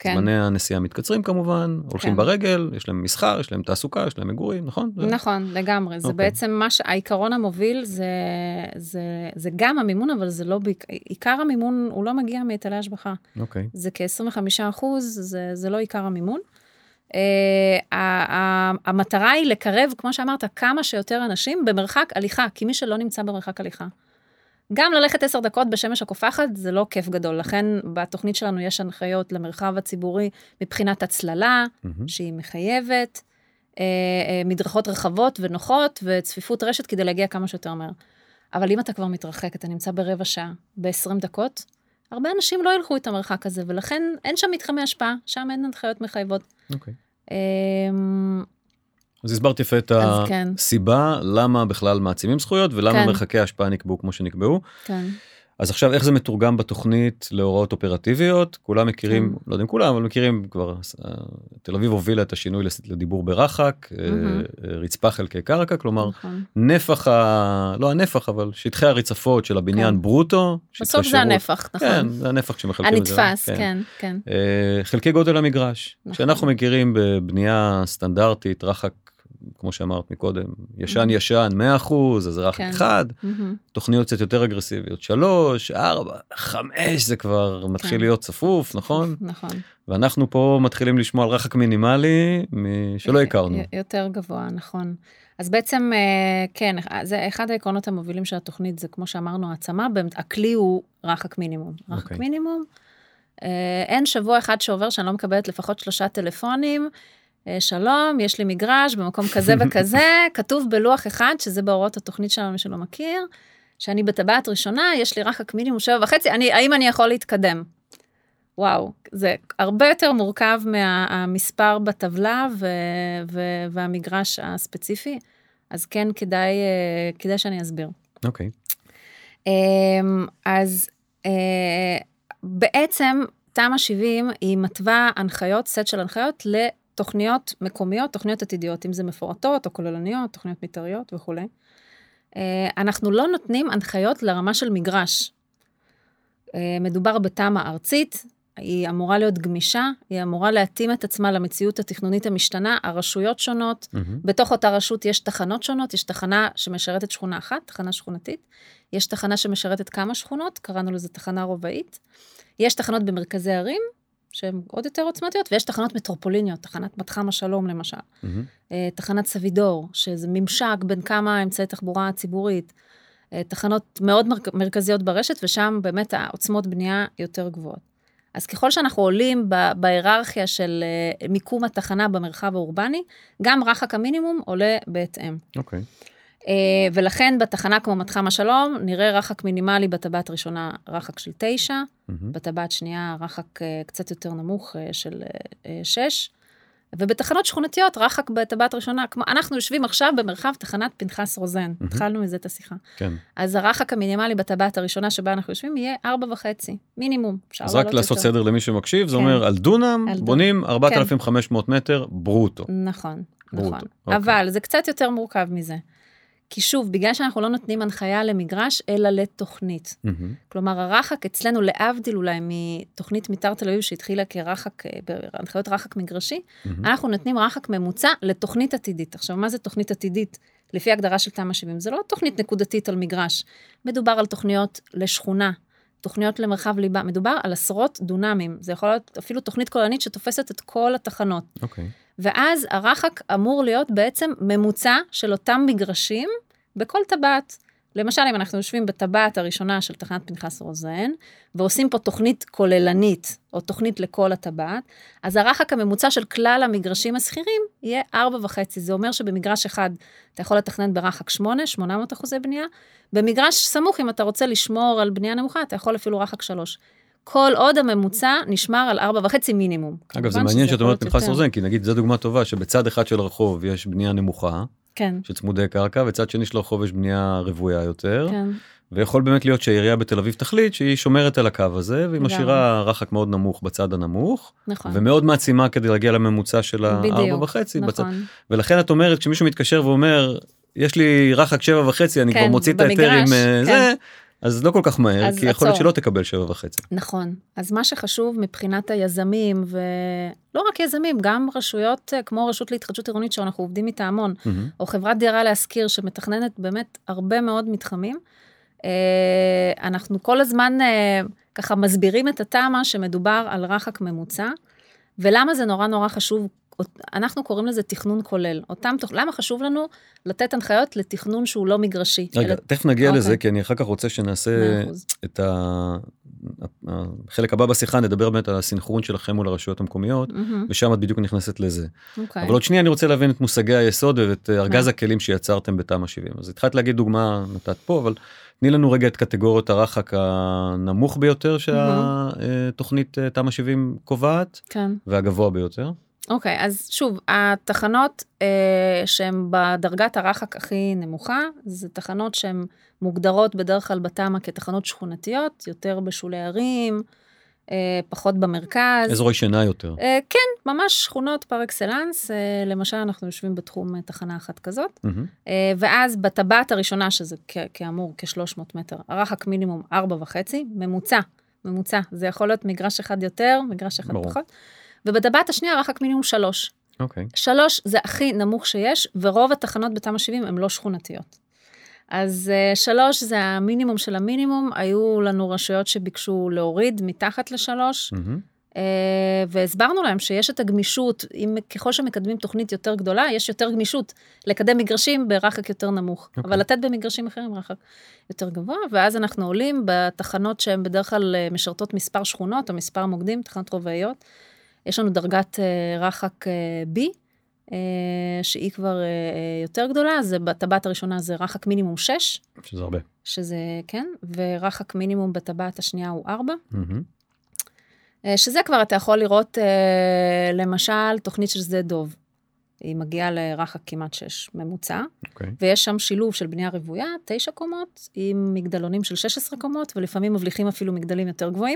כן. זמני הנסיעה מתקצרים כמובן, הולכים כן. ברגל, יש להם מסחר, יש להם תעסוקה, יש להם מגורים, נכון? נכון, זה... לגמרי. זה אוקיי. בעצם מה שהעיקרון המוביל, זה, זה, זה גם המימון, אבל זה לא, עיקר המימון הוא לא מגיע מהיטלי השבחה. אוקיי. זה כ-עשרים וחמישה אחוז, זה, זה לא עיקר המימון. Uh, המטרה היא לקרב, כמו שאמרת, כמה שיותר אנשים במרחק הליכה, כי מי שלא נמצא במרחק הליכה. גם ללכת עשר דקות בשמש הקופחת, זה לא כיף גדול. לכן בתוכנית שלנו יש הנחיות למרחב הציבורי, מבחינת הצללה, mm-hmm. שהיא מחייבת, uh, uh, מדרכות רחבות ונוחות, וצפיפות רשת כדי להגיע כמה שיותר מהר. אבל אם אתה כבר מתרחק, אתה נמצא ברבע שעה, ב-עשרים דקות, הרבה אנשים לא ילכו את המרחק הזה, ולכן אין שם מתחמי השפעה, שם אין הנחיות מחייבות. אוקיי. אז הסברתי יפה את הסיבה, למה בכלל מעצימים זכויות, ולמה מרחקי ההשפעה נקבעו כמו שנקבעו. כן. אז עכשיו, איך זה מתורגם בתוכנית להוראות אופרטיביות? כולם מכירים, לא יודעים כולם, אבל מכירים כבר, תל אביב הובילה את השינוי לדיבור ברחק, רצפה חלקי קרקע, כלומר, נפח, לא הנפח, אבל שטחי הרצפות של הבניין ברוטו. בסוף זה הנפח, נכון. כן, זה הנפח שמחלקים את זה. הנתפס, כן, כן. חלקי גודל המגרש. כשאנחנו מכירים בבנייה סטנדרטית, רחק, כמו שאמרת מקודם, ישן ישן, מאה אחוז, אז רחק אחד, תוכניות קצת יותר אגרסיביות, שלוש, ארבע, חמש, זה כבר מתחיל להיות צפוף, נכון? נכון. ואנחנו פה מתחילים לשמוע על רחק מינימלי, שלא הכרנו. יותר גבוה, נכון. אז בעצם, כן, זה אחד העקרונות המובילים של התוכנית, זה כמו שאמרנו, העצמה, הכלי הוא רחק מינימום. רחק מינימום, אין שבוע אחד שעובר שאני לא מקבלת לפחות שלושה טלפונים, שלום, יש לי מגרש במקום כזה וכזה, כתוב בלוח אחד, שזה בהוראות התוכנית שלנו, מי שלא מכיר, שאני בטבעת ראשונה, יש לי רחק מינימום שבע וחצי, אני, האם אני יכול להתקדם? וואו, זה הרבה יותר מורכב מהמספר בטבלה ו, ו, והמגרש הספציפי, אז כן, כדאי, כדאי שאני אסביר. אוקיי. אז בעצם, תמ"א שבעים היא מתווה הנחיות, סט של הנחיות ל... תוכניות מקומיות, תוכניות עתידיות, אם זה מפורטות או כוללניות, תוכניות מתאריות וכו'. אנחנו לא נותנים הנחיות לרמה של מגרש. מדובר בתמ"א ארצית, היא אמורה להיות גמישה, היא אמורה להתאים את עצמה למציאות התכנונית המשתנה, הרשויות שונות, mm-hmm. בתוך אותה רשות יש תחנות שונות, יש תחנה שמשרתת שכונה אחת, תחנה שכונתית, יש תחנה שמשרתת כמה שכונות, קראנו לזה תחנה רובעית, יש תחנות במרכזי ערים, שהן עוד יותר עוצמתיות, ויש תחנות מטרופוליניות, תחנת מתחם השלום למשל, mm-hmm. תחנת סבידור, שזה ממשק בין כמה אמצעי תחבורה ציבורית, תחנות מאוד מרכזיות ברשת, ושם באמת העוצמות בנייה יותר גבוהות. אז ככל שאנחנו עולים בהיררכיה של מיקום התחנה במרחב האורבני, גם רחק המינימום עולה בהתאם. אוקיי. Okay. ולכן בתחנה כמו מתחם השלום, נראה רחק מינימלי בטבעת ראשונה, רחק של תשע, mm-hmm. בטבעת שנייה, רחק קצת יותר נמוך של שש, ובתחנות שכונתיות, רחק בטבעת ראשונה, כמו, אנחנו יושבים עכשיו במרחב תחנת פנחס רוזן, mm-hmm. התחלנו מזה את השיחה. כן. אז הרחק המינימלי בטבעת הראשונה שבה אנחנו יושבים, יהיה ארבע וחצי, מינימום. אז רק לעשות יותר. סדר למי שמקשיב, זה כן. אומר, על דונם, על בונים דונם. ארבעת אלפים וחמש מאות כן. מטר ברוטו. נכון, ברוטו. נכון. אוקיי. אבל זה קצת יותר מורכב מזה. כי שוב, בגלל שאנחנו לא נותנים הנחיה למגרש, אלא לתוכנית. Mm-hmm. כלומר, הרחק אצלנו להבדיל אולי מתוכנית מתאר תל אביב, שהתחילה כרחק, בהנחיות רחק מגרשי, mm-hmm. אנחנו נותנים רחק ממוצע לתוכנית עתידית. עכשיו, מה זה תוכנית עתידית? לפי הגדרה של תמ"א שבעים, זה לא תוכנית נקודתית על מגרש. מדובר על תוכניות לשכונה, תוכניות למרחב ליבה, מדובר על עשרות דונמים. זה יכול להיות אפילו תוכנית כוללנית שתופסת את כל התחנות. אוקיי. Okay. ואז הרחק אמור להיות בעצם ממוצע של אותם מגרשים בכל טבעת. למשל, אם אנחנו יושבים בטבעת הראשונה של תחנת פנחס רוזן, ועושים פה תוכנית כוללנית, או תוכנית לכל הטבעת, אז הרחק הממוצע של כלל המגרשים הסחירים יהיה ארבע וחצי. זה אומר שבמגרש אחד אתה יכול לתכנן ברחק שמונה, שמונה מאות אחוזי בנייה, במגרש סמוך, אם אתה רוצה לשמור על בנייה נמוכה, אתה יכול אפילו רחק שלוש. כל עוד הממוצע נשמר על ארבע וחצי מינימום. אגב, זה מעניין שאת אומרת פנחס רוזן, כי נגיד, זו דוגמה טובה, שבצד אחד של הרחוב יש בנייה נמוכה, כן. שצמודי קרקע, וצד שני של הרחוב יש בנייה רבויה יותר, כן. ויכול באמת להיות שהעירייה בתל אביב תחליט שהיא שומרת על הקו הזה, והיא משאירה רחק מאוד נמוך בצד הנמוך, נכון. ומאוד מעצימה כדי להגיע לממוצע של הארבע וחצי. נכון. בצד. ולכן את אומרת, כשמישהו מתקשר ואומר, יש לי רחק שבע וחצי, אני כן, כבר מוציא את ההיתר עם כן. זה, אז לא כל כך מהר, כי יכול להיות שלא תקבל שבע וחצי. נכון. אז מה שחשוב מבחינת היזמים, ולא רק יזמים, גם רשויות כמו רשות להתחדשות עירונית, שאנחנו עובדים איתה המון, או חברת דירה להשכיר, שמתכננת באמת הרבה מאוד מתחמים, אנחנו כל הזמן ככה מסבירים את התמה שמדובר על רחק ממוצע, ולמה זה נורא נורא חשוב, אנחנו קוראים לזה תכנון כולל. אותם, למה חשוב לנו לתת הנחיות לתכנון שהוא לא מגרשי? רגע, תכף נגיע לזה, כי אני אחר כך רוצה שנעשה את החלק הבא בשיחה, נדבר באמת על הסינכרון שלכם מול הרשויות המקומיות, ושם את בדיוק נכנסת לזה. אבל עוד שנייה אני רוצה להבין את מושגי היסוד, ואת ארגז הכלים שיצרתם בתמ"א שבעים. אז התחלת להגיד דוגמה, נתת פה, אבל תני לנו רגע את קטגוריות הרחק הנמוך ביותר שהתוכנית תמ"א שבעים קובעת, והגבוה ביותר. אוקיי, אז שוב, התחנות אה, שהן בדרגת הרחק הכי נמוכה, זה תחנות שהן מוגדרות בדרך כלל בתמ"א כתחנות שכונתיות, יותר בשולי ערים, אה, פחות במרכז. אזורי שינה יותר. אה, כן, ממש שכונות פר אקסלנס, אה, למשל אנחנו יושבים בתחום תחנה אחת כזאת, mm-hmm. אה, ואז בטבעת הראשונה, שזה כ- כאמור כ-שלוש מאות מטר, הרחק מינימום ארבע וחצי, ממוצע, ממוצע, זה יכול להיות מגרש אחד יותר, מגרש אחד ברור. פחות, ובטבעת השנייה רחק מינימום שלוש. אוקיי. שלוש זה הכי נמוך שיש, ורוב התחנות בתמ"א שבעים הן לא שכונתיות. אז uh, שלוש זה המינימום של המינימום, היו לנו רשויות שביקשו להוריד מתחת לשלוש, mm-hmm. uh, והסברנו להם שיש את הגמישות, אם, ככל שמקדמים תוכנית יותר גדולה, יש יותר גמישות לקדם מגרשים ברחק יותר נמוך, okay. אבל לתת במגרשים אחרים רחק יותר גבוה, ואז אנחנו עולים בתחנות שהן בדרך כלל משרתות מספר שכונות, או מספר מוקדים, תחנות רובעיות, יש לנו דרגת uh, רחק uh, B, uh, שהיא כבר uh, יותר גדולה, זה בטבעת הראשונה זה רחק מינימום שש. שזה הרבה. שזה, כן, ורחק מינימום בטבעת השנייה הוא ארבע. Mm-hmm. Uh, שזה כבר אתה יכול לראות, uh, למשל, תוכנית של שדה דוב. היא מגיעה לרחק כמעט שש ממוצע, okay. ויש שם שילוב של בנייה רבויה, תשע קומות, עם מגדלונים של שש עשרה קומות, ולפעמים מבליחים אפילו מגדלים יותר גבוהים.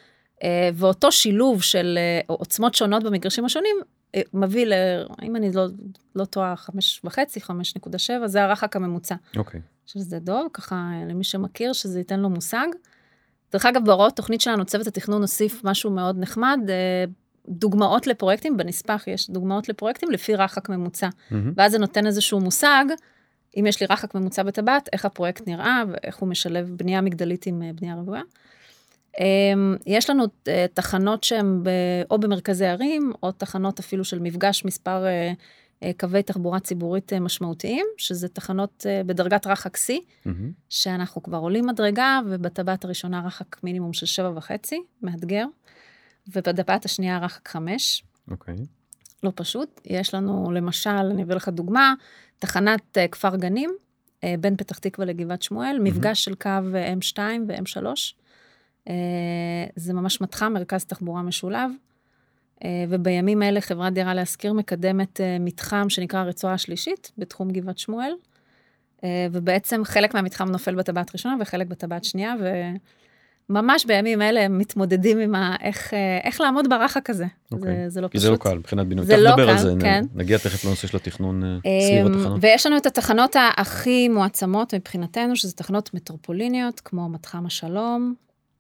ואותו שילוב של עוצמות שונות במגרשים השונים, מביא ל... אם אני לא, לא טועה, חמש וחצי, חמש נקודה שבע, זה הרחק הממוצע. אוקיי. שזה דוב, ככה למי שמכיר, שזה ייתן לו מושג. דרך אגב, בהוראות תוכנית שלנו, צוות התכנון הוסיף משהו מאוד נחמד, דוגמאות לפרויקטים, בנספח יש דוגמאות לפרויקטים, לפי רחק ממוצע. Mm-hmm. ואז זה נותן איזשהו מושג, אם יש לי רחק ממוצע בטבעת, איך הפרויקט נראה, ואיך הוא משלב בנייה מגדלית עם בנייה רבויה. יש לנו תחנות שהן או במרכזי ערים, או תחנות אפילו של מפגש מספר קווי תחבורה ציבורית משמעותיים, שזה תחנות בדרגת רחק C, mm-hmm. שאנחנו כבר עולים מדרגה, ובטבעת הראשונה רחק מינימום של שבע וחצי, מאתגר, ובטבעת השנייה רחק חמש. אוקיי. Okay. לא פשוט. יש לנו, למשל, אני אביא לך דוגמה, תחנת כפר גנים, בין פתח תקווה לגבעת שמואל, mm-hmm. מפגש של קו אם שתיים ו-אם שלוש, זה ממש מתחם, מרכז תחבורה משולב, ובימים אלה חברת דירה להשכיר מקדמת מתחם שנקרא רצועה השלישית, בתחום גבעת שמואל, ובעצם חלק מהמתחם נופל בטבעת ראשונה, וחלק בטבעת שנייה, וממש בימים אלה הם מתמודדים עם ה... איך, איך לעמוד ברחק הזה. Okay. זה, זה לא כי פשוט. זה לא קל, מבחינת בינוי. זה לא קל, זה, כן. נגיע תכף לנושא של התכנון סביב התחנות. ויש לנו את התחנות הכי מועצמות מבחינתנו, שזה תחנות מטרופוליניות, כמו מתחם השלום,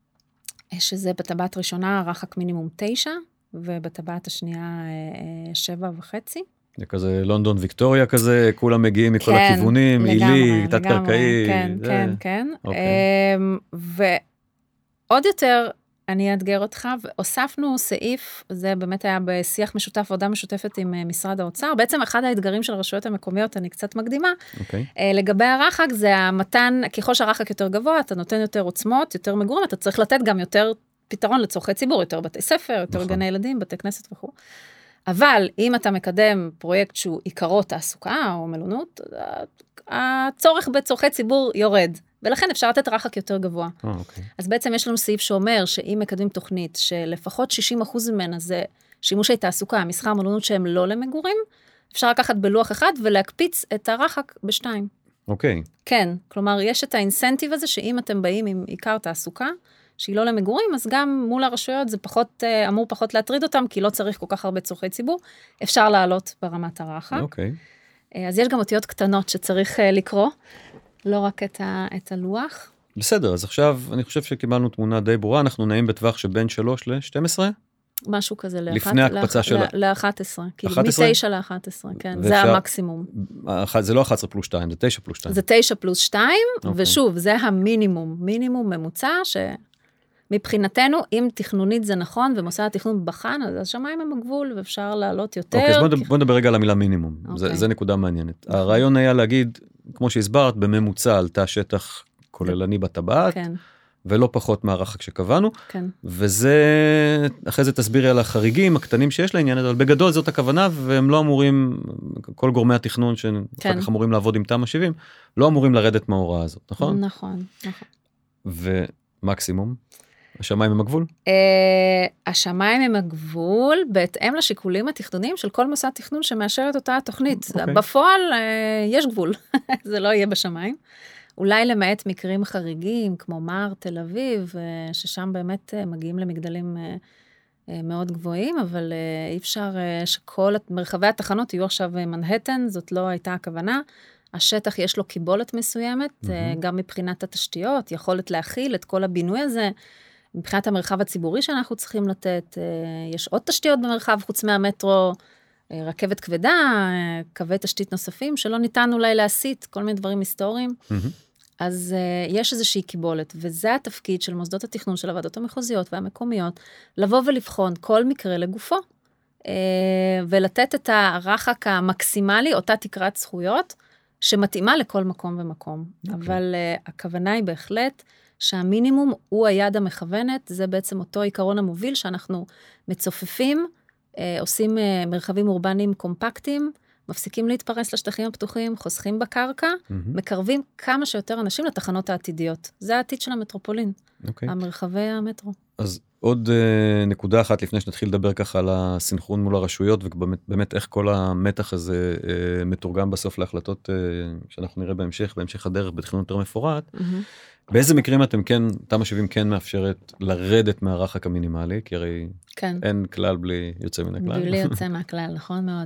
שזה בטבעת ראשונה רחק מינימום תשע, ובטבעת השנייה שבע וחצי. זה כזה לונדון ויקטוריה כזה, כולם מגיעים מכל כן, הכיוונים, עילי, תת-קרקעי. כן, זה... כן, כן. אוקיי. ועוד יותר, אני אאתגר אותך, והוספנו סעיף, זה באמת היה בשיח משותף, עבודה משותפת עם משרד האוצר, בעצם אחד האתגרים של הרשויות המקומיות, אני קצת מקדימה, אוקיי. לגבי הרחק, זה המתן, ככל שהרחק יותר גבוה, אתה נותן יותר עוצמות, יותר מגורים, אתה צריך לתת גם יותר פתרון לצורכי ציבור, יותר בתי ספר, יותר נכון. גני ילדים, בתי כנסת וכו'. אבל אם אתה מקדם פרויקט שהוא עיקרו תעסוקה או מלונות, הצורך בצורכי ציבור יורד, ולכן אפשר לתת רחק יותר גבוה. Oh, okay. אז בעצם יש לנו סעיף שאומר שאם מקדמים תוכנית שלפחות שישים אחוז ממנה זה שימושי תעסוקה, מסחר מלונות שהם לא למגורים, אפשר לקחת בלוח אחד ולהקפיץ את הרחק בשתיים. אוקיי. Okay. כן, כלומר יש את האינסנטיב הזה שאם אתם באים עם עיקר תעסוקה, שהיא לא למגורים, אז גם מול הרשויות זה פחות, אמור פחות להטריד אותם, כי לא צריך כל כך הרבה צורכי ציבור, אפשר לעלות ברמת הרחק. אוקיי. אז יש גם אותיות קטנות שצריך לקרוא, לא רק את, ה, את הלוח. בסדר, אז עכשיו אני חושב שקיבלנו תמונה די ברורה, אנחנו נעים בטווח שבין שלוש ל-שתים עשרה? משהו כזה, לפני הקפצה של... ל-אחת עשרה, כאילו מ-תשע ל-אחת עשרה, כן, זה המקסימום. זה לא אחת עשרה פלוס שתיים, זה תשע פלוס שתיים. זה תשע פלוס שתיים, ושוב, זה המינימום, מינימום ממוצע, שמבחינתנו, אם תכנונית זה נכון, ומוסד התכנון בחן, אז השמיים הם הגבול, ואפשר לעלות יותר. אוקיי, אז בוא נדבר רגע על המילה מינימום, זה נקודה מעניינת. הרעיון היה להגיד, כמו שהסברת, בממוצע עלתה שטח כוללני בטבעת, ולא פחות מהרחק שקבענו, כן. וזה, אחרי זה תסבירי על החריגים הקטנים שיש לעניין, אבל בגדול זאת הכוונה, והם לא אמורים, כל גורמי התכנון שאחר כך אמורים לעבוד עם תמ"א שבעים, לא אמורים לרדת מההוראה הזאת, נכון? נכון, נכון. ומקסימום, השמיים הם הגבול? השמיים הם הגבול, בהתאם לשיקולים התכנוניים של כל מוסד תכנון שמאשר את אותה התוכנית. בפועל יש גבול, זה לא יהיה בשמיים. אולי למעט מקרים חריגים, כמו מר, תל אביב, ששם באמת מגיעים למגדלים מאוד גבוהים, אבל אי אפשר שכל מרחבי התחנות יהיו עכשיו מנהטן, זאת לא הייתה הכוונה. השטח יש לו קיבולת מסוימת, mm-hmm. גם מבחינת התשתיות, יכולת להכיל את כל הבינוי הזה, מבחינת המרחב הציבורי שאנחנו צריכים לתת, יש עוד תשתיות במרחב חוץ מהמטרו, רכבת כבדה, קווי תשתית נוספים, שלא ניתן אולי להסיט, כל מיני דברים היסטוריים. Mm-hmm. אז uh, יש איזושהי קיבולת, וזה התפקיד של מוסדות התכנון של הוועדות המחוזיות והמקומיות, לבוא ולבחון כל מקרה לגופו, uh, ולתת את הרחק המקסימלי, אותה תקרת זכויות, שמתאימה לכל מקום ומקום. Okay. אבל uh, הכוונה היא בהחלט, שהמינימום הוא היד המכוונת, זה בעצם אותו עיקרון המוביל, שאנחנו מצופפים, uh, עושים uh, מרחבים אורבניים קומפקטיים, מפסיקים להתפרס לשטחים הפתוחים, חוסכים בקרקע, mm-hmm. מקרבים כמה שיותר אנשים לתחנות העתידיות. זה העתיד של המטרופולין, okay. המרחבי המטרו. אז עוד uh, נקודה אחת לפני שנתחיל לדבר ככה על הסינכרון מול הרשויות, ובאמת באמת איך כל המתח הזה uh, מתורגם בסוף להחלטות uh, שאנחנו נראה בהמשך, בהמשך הדרך בתכנון יותר מפורט. Mm-hmm. באיזה מקרים אתם כן, תמ"א שבעים כן מאפשרת לרדת מהרחק המינימלי, כי הרי כן. אין כלל בלי יוצא מן הכלל. בלי יוצא מהכלל, נכון מאוד.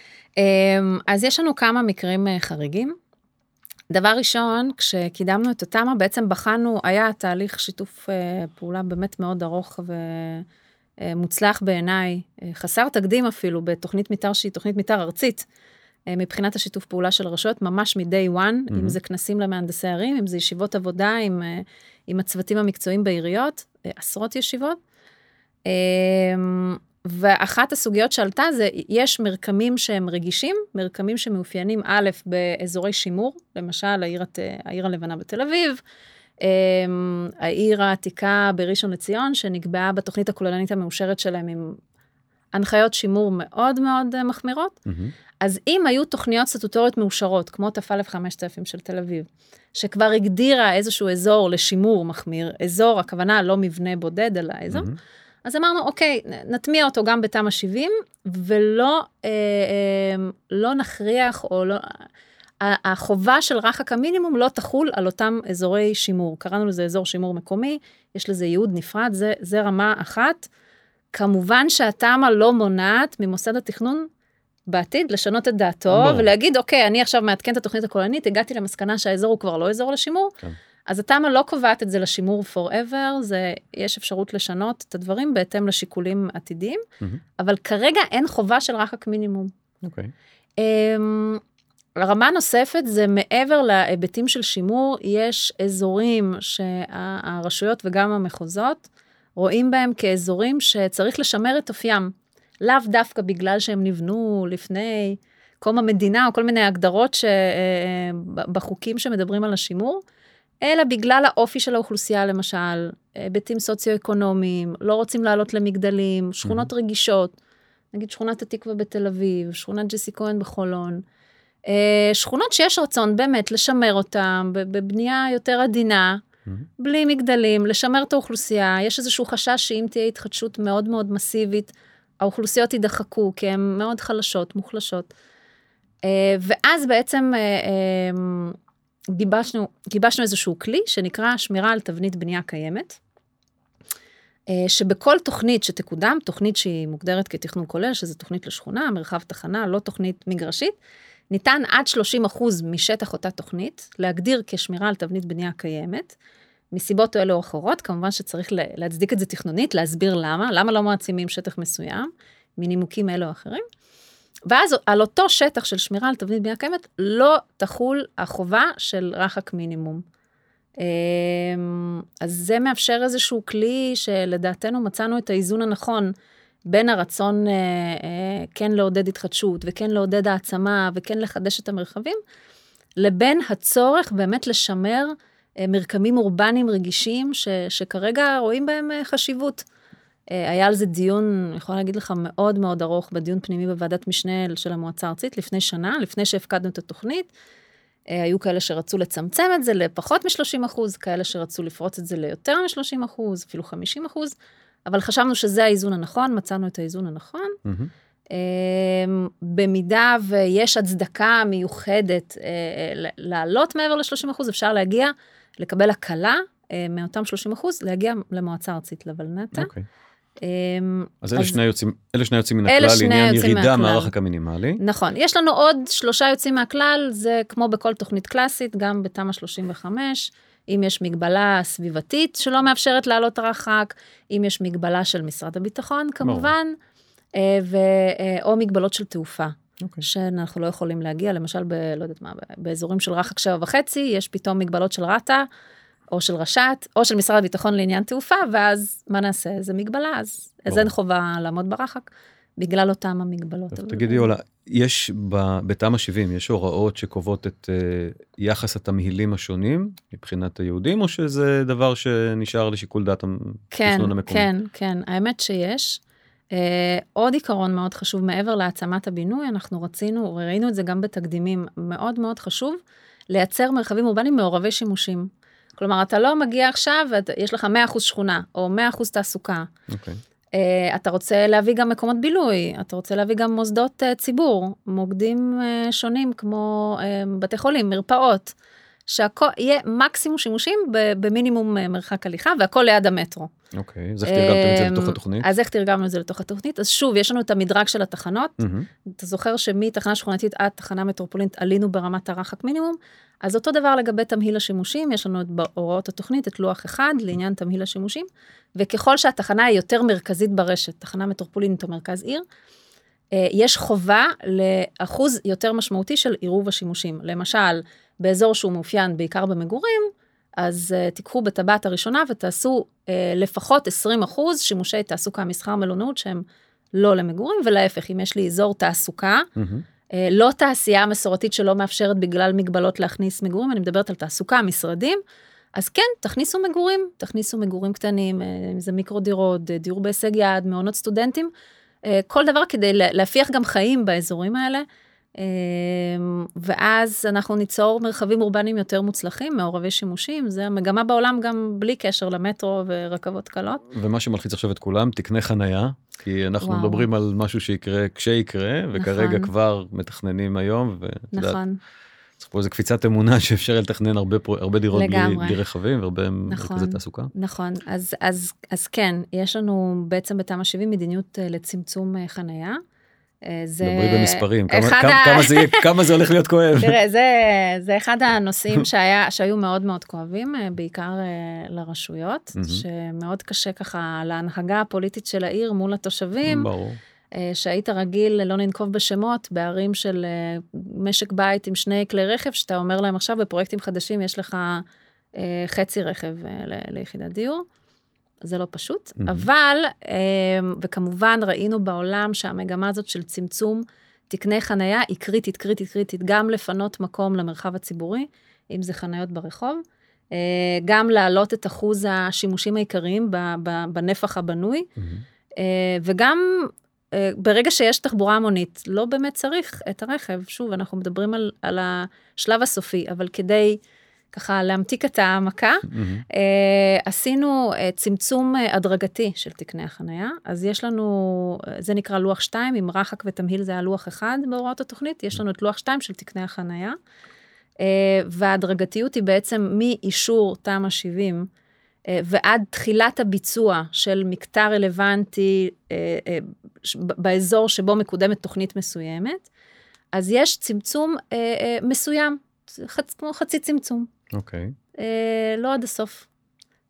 אז יש לנו כמה מקרים חריגים. דבר ראשון, כשקידמנו את התמ"א, בעצם בחנו, היה תהליך שיתוף פעולה באמת מאוד ארוך ומוצלח בעיניי, חסר תקדים אפילו, בתוכנית מתאר שהיא תוכנית מתאר ארצית, מבחינת השיתוף פעולה של הרשויות, ממש מ-day one, mm-hmm. אם זה כנסים למהנדסי ערים, אם זה ישיבות עבודה עם, עם הצוותים המקצועיים בעיריות, עשרות ישיבות, ואחת הסוגיות שעלתה זה, יש מרקמים שהם רגישים, מרקמים שמאופיינים א' באזורי שימור, למשל העיר, העיר הלבנה בתל אביב, העיר העתיקה בראשון לציון, שנקבעה בתוכנית הכוללנית המאושרת שלהם עם הנחיות שימור מאוד מאוד מחמירות, mm-hmm. אז אם היו תוכניות סטטוטוריות מאושרות, כמו תפ"א חמשת אלפים של תל אביב, שכבר הגדירה איזשהו אזור לשימור מחמיר, אזור, הכוונה לא מבנה בודד, אלא אזור, mm-hmm. אז אמרנו, אוקיי, נטמיע אותו גם בתמ"א שבעים, ולא אה, אה, לא נכריח, או לא, החובה של רחק המינימום לא תחול על אותם אזורי שימור. קראנו לזה אזור שימור מקומי, יש לזה ייעוד נפרד, זה, זה רמה אחת. כמובן שהתמ"א לא מונעת ממוסד התכנון בעתיד לשנות את דעתו, ולהגיד, אוקיי, אני עכשיו מעדכן את התוכנית הכוללנית, הגעתי למסקנה שהאזור הוא כבר לא אזור לשימור, כן. אז התמ"א לא קובעת את זה לשימור forever, זה, יש אפשרות לשנות את הדברים בהתאם לשיקולים עתידיים, mm-hmm. אבל כרגע אין חובה של רחק מינימום. אוקיי. Okay. רמה נוספת זה מעבר להיבטים של שימור, יש אזורים שהרשויות וגם המחוזות רואים בהם כאזורים שצריך לשמר את אופיים, לאו דווקא בגלל שהם נבנו לפני קום המדינה, או כל מיני הגדרות בחוקים שמדברים על השימור, אלא בגלל האופי של האוכלוסייה, למשל, היבטים סוציו-אקונומיים, לא רוצים לעלות למגדלים, שכונות רגישות, נגיד שכונת התקווה בתל אביב, שכונת ג'סי כהן בחולון, שכונות שיש רצון באמת לשמר אותם, בבנייה יותר עדינה, בלי מגדלים, לשמר את האוכלוסייה, יש איזשהו חשש שאם תהיה התחדשות מאוד מאוד מסיבית, האוכלוסיות יידחקו, כי הן מאוד חלשות, מוחלשות. ואז בעצם גיבשנו, גיבשנו איזשהו כלי, שנקרא שמירה על תבנית בנייה קיימת, שבכל תוכנית שתקודם, תוכנית שהיא מוגדרת כתכנון כולל, שזה תוכנית לשכונה, מרחב תחנה, לא תוכנית מגרשית, ניתן עד שלושים אחוז משטח אותה תוכנית, להגדיר כשמירה על תבנית בנייה קיימת, מסיבות האלה או אחרות, כמובן שצריך להצדיק את זה תכנונית, להסביר למה, למה לא מעצימים שטח מסוים, מנימוקים אלו או אחרים, ואז על אותו שטח של שמירה על תבנית בנייה קיימת, לא תחול החובה של רחק מינימום. אז זה מאפשר איזשהו כלי שלדעתנו מצאנו את האיזון הנכון, בין הרצון כן לעודד התחדשות, וכן לעודד העצמה, וכן לחדש את המרחבים, לבין הצורך באמת לשמר מרקמים אורבניים רגישים, ש, שכרגע רואים בהם חשיבות. היה על זה דיון, אני יכולה להגיד לך, מאוד מאוד ארוך, בדיון פנימי בוועדת משנה של המועצה הארצית, לפני שנה, לפני שהפקדנו את התוכנית, היו כאלה שרצו לצמצם את זה לפחות מ-שלושים אחוז, כאלה שרצו לפרוץ את זה ליותר מ-שלושים אחוז, אפילו חמישים אחוז, אבל חשבנו שזה האיזון הנכון, מצאנו את האיזון הנכון. Mm-hmm. במידה ויש הצדקה מיוחדת לעלות מעבר ל-שלושים אחוז, אפשר להגיע, לקבל הקלה מאותם שלושים אחוז, להגיע למועצה הארצית לוולנטה. אוקיי. אז אלה שני יוצאים, אלה שני יוצאים מן הכלל, לעניין ירידה מהרחק המינימלי. נכון, יש לנו עוד שלושה יוצאים מהכלל, זה כמו בכל תוכנית קלאסית, גם בתמ"א שלושים וחמש, אם יש מגבלה סביבתית שלא מאפשרת לעלות רחק, אם יש מגבלה של משרד הביטחון כמובן, או מגבלות של תעופה, שאנחנו לא יכולים להגיע, למשל, לא יודעת מה, באזורים של רחק שבע וחצי, יש פתאום מגבלות של רט"א, או של רש"ת, או של משרד הביטחון לעניין תעופה, ואז מה נעשה? זה מגבלה, אז, אז אין חובה לעמוד ברחק, בגלל אותם המגבלות. תגידי, אולה, יש בתמ"א שבעים, יש הוראות שקובעות את uh, יחס התמהילים השונים, מבחינת היהודים, או שזה דבר שנשאר לשיקול דעת התכנון המקומי? כן, כן, האמת שיש. Uh, עוד עיקרון מאוד חשוב, מעבר להעצמת הבינוי, אנחנו רצינו, וראינו את זה גם בתקדימים, מאוד מאוד חשוב, לייצר מרחבים אורבניים מעורבי שימושים. כלומר, אתה לא מגיע עכשיו, יש לך מאה אחוז שכונה, או מאה אחוז תעסוקה. אוקיי. Uh, אתה רוצה להביא גם מקומות בילוי, אתה רוצה להביא גם מוסדות uh, ציבור, מוקדים uh, שונים כמו uh, בתי חולים, מרפאות, שיהיה מקסימום שימושים במינימום uh, מרחק הליכה, והכל ליד המטרו. אוקיי, אז איך תרגמתם את זה לתוך התוכנית? אז איך תרגמנו את זה לתוך התוכנית? אז שוב, יש לנו את המדרג של התחנות, אתה זוכר שמתחנה שכונתית עד תחנה מטרופולינית עלינו ברמת הרחק מינימום, אז אותו דבר לגבי תמהיל השימושים, יש לנו את בהוראות התוכנית, את לוח אחד לעניין תמהיל השימושים, וככל שהתחנה היא יותר מרכזית ברשת, תחנה מטרופולינית או מרכז עיר, יש חובה לאחוז יותר משמעותי של עירוב השימושים. למשל, באזור שהוא מאופיין בעיקר במגורים, אז uh, תיקחו בטבעת הראשונה ותעשו uh, לפחות עשרים אחוז שימושי תעסוקה, מסחר, מלונאות, שהם לא למגורים, ולהפך, אם יש לי אזור תעסוקה, mm-hmm. uh, לא תעשייה מסורתית שלא מאפשרת בגלל מגבלות להכניס מגורים, אני מדברת על תעסוקה, משרדים, אז כן, תכניסו מגורים, תכניסו מגורים קטנים, אם זה מיקרו דירות, דיור בהישג יד, מעונות סטודנטים, uh, כל דבר כדי להפיח גם חיים באזורים האלה, ואז אנחנו ניצור מרחבים אורבניים יותר מוצלחים, מעורבי שימושים, זה המגמה בעולם גם בלי קשר למטרו ורכבות קלות. ומה שמלחיץ עכשיו את כולם, תקנה חנייה, כי אנחנו וואו. מדברים על משהו שיקרה כשיקרה, וכרגע נכון. כבר מתכננים היום, נכון. צריך פה איזו קפיצת אמונה שאפשר לתכנן הרבה, הרבה דירות בלי, בלי רכבים, והרבה נכון, מרכזי תעסוקה. נכון, אז, אז, אז כן, יש לנו בעצם בתמ"א שבעים מדיניות לצמצום חנייה, זה... דברי במספרים, כמה, כמה, כמה, זה, כמה זה הולך להיות כואב. תראה, זה, זה אחד הנושאים שהיה, שהיו מאוד מאוד כואבים, בעיקר לרשויות, שמאוד קשה ככה להנהגה הפוליטית של העיר מול התושבים, ברור. שהיית רגיל לא לנקוב בשמות, בערים של משק בית עם שני כלי רכב, שאתה אומר להם עכשיו בפרויקטים חדשים יש לך חצי רכב ליחידת דיור, זה לא פשוט, mm-hmm. אבל, וכמובן ראינו בעולם שהמגמה הזאת של צמצום תקני חנייה היא קריטית, קריטית, קריטית, גם לפנות מקום למרחב הציבורי, אם זה חניות ברחוב, גם להעלות את אחוז השימושים העיקריים בנפח הבנוי, mm-hmm. וגם ברגע שיש תחבורה המונית, לא באמת צריך את הרכב, שוב, אנחנו מדברים על, על השלב הסופי, אבל כדי ככה להמתיק את העמקה, mm-hmm. עשינו צמצום הדרגתי של תקני החנייה, אז יש לנו, זה נקרא לוח שתיים, עם רחק ותמהיל זה הלוח אחד בהוראות התוכנית, יש לנו את לוח שתיים של תקני החנייה, וההדרגתיות היא בעצם מאישור תמ"א שבעים, ועד תחילת הביצוע של מקטע רלוונטי באזור שבו מקודמת תוכנית מסוימת, אז יש צמצום מסוים, כמו חצי צמצום. אוקיי. לא עד הסוף.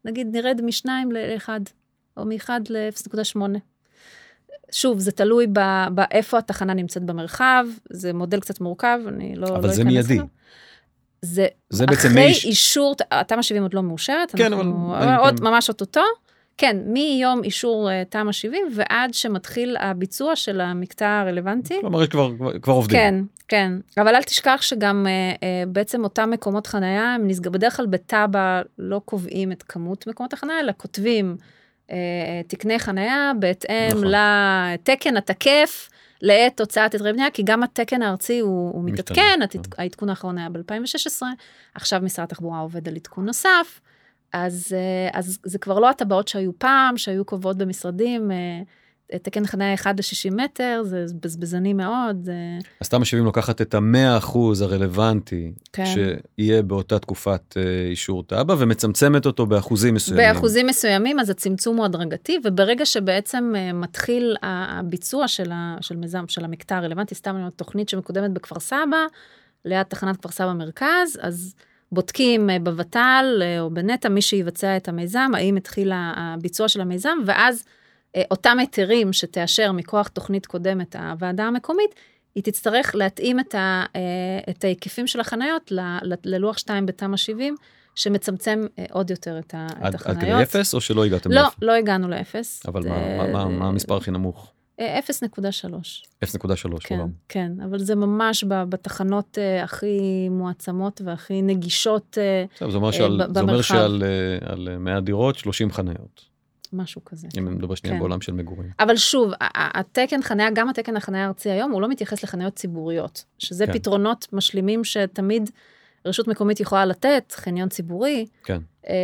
נגיד נרד משניים לאחד, או מאחד ל-אפס נקודה שמונה. שוב, זה תלוי באיפה התחנה נמצאת במרחב, זה מודל קצת מורכב, אני לא... אבל זה מיידי. זה, זה אחרי איש... אישור, תמ"א שבעים עוד לא מאושרת, כן, אנחנו, אבל... עוד כן. ממש אותו, כן, מיום אישור תמ"א שבעים, ועד שמתחיל הביצוע של המקטע הרלוונטי. כלומר, יש כבר, כבר עובדים. כן, כן, אבל אל תשכח שגם בעצם אותם מקומות חנייה, הם נסגר, בדרך כלל בטאבע לא קובעים את כמות מקומות החנייה, אלא כותבים תקני חנייה, בהתאם נכון. לתקן התקף, לעת תוצאת היתרי בנייה, כי גם התקן הארצי הוא, הוא מתעדכן, העדכון האחרון היה ב-אלפיים ושש עשרה, עכשיו משרד התחבורה עובד על עדכון נוסף, אז, אז זה כבר לא הטבעות שהיו פעם, שהיו קובעות במשרדים, תקן חניה אחד ל-שישים מטר, זה בזבזני מאוד. אז תמ"א שבעים לוקחת את ה-מאה אחוז הרלוונטי, כן. שיהיה באותה תקופת אישור תב"ע, ומצמצמת אותו באחוזים מסוימים. באחוזים מסוימים, אז הצמצום הוא הדרגתי, וברגע שבעצם מתחיל הביצוע של, ה, של מיזם, של המקטע הרלוונטי, סתם אני אומרת, תוכנית שמקודמת בכפר סבא, ליד תחנת כפר סבא מרכז, אז בודקים בוות"ל או בנטה, מי שיבצע את המיזם, האם התחיל הביצוע של המיזם, ואז אותם היתרים שתאשר מכוח תוכנית קודמת הוועדה המקומית, היא תצטרך להתאים את, ה, את ההיקפים של החניות ל, ללוח שתיים בתמ"א שבעים, שמצמצם עוד יותר את, ה, עד, את החניות. עד כדי אפס או שלא הגעתם לא, לאפס? לא הגענו לאפס. אבל מה, מה, מה, מה המספר הכי נמוך? אפס נקודה שלוש. אפס נקודה שלוש, כן, עולם. כן, אבל זה ממש בתחנות הכי מועצמות והכי נגישות במרחב. זה אומר שעל, זה אומר שעל על מאה דירות, שלושים חניות. משהו כזה. אם הם מדבר שנייה בעולם של מגורים. אבל שוב, התקן חניה, גם התקן החניה הארצי היום, הוא לא מתייחס לחניות ציבוריות, שזה פתרונות משלימים שתמיד רשות מקומית יכולה לתת, חניון ציבורי, כן.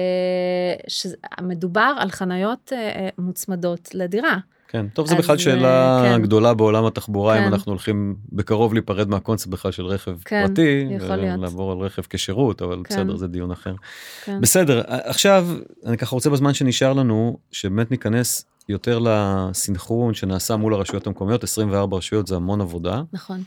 שמדובר על חניות מוצמדות לדירה. כן, טוב, זה בכלל שאלה כן. גדולה בעולם התחבורה, כן. אם אנחנו הולכים בקרוב להיפרד מהקונספט בכלל של רכב כן, פרטי, לעבור על רכב כשירות, אבל כן. בסדר, זה דיון אחר. כן. בסדר, עכשיו, אני ככה רוצה בזמן שנשאר לנו, שבאמת ניכנס יותר לסינכרון שנעשה מול הרשויות המקומיות, עשרים וארבע רשויות, זה המון עבודה. נכון.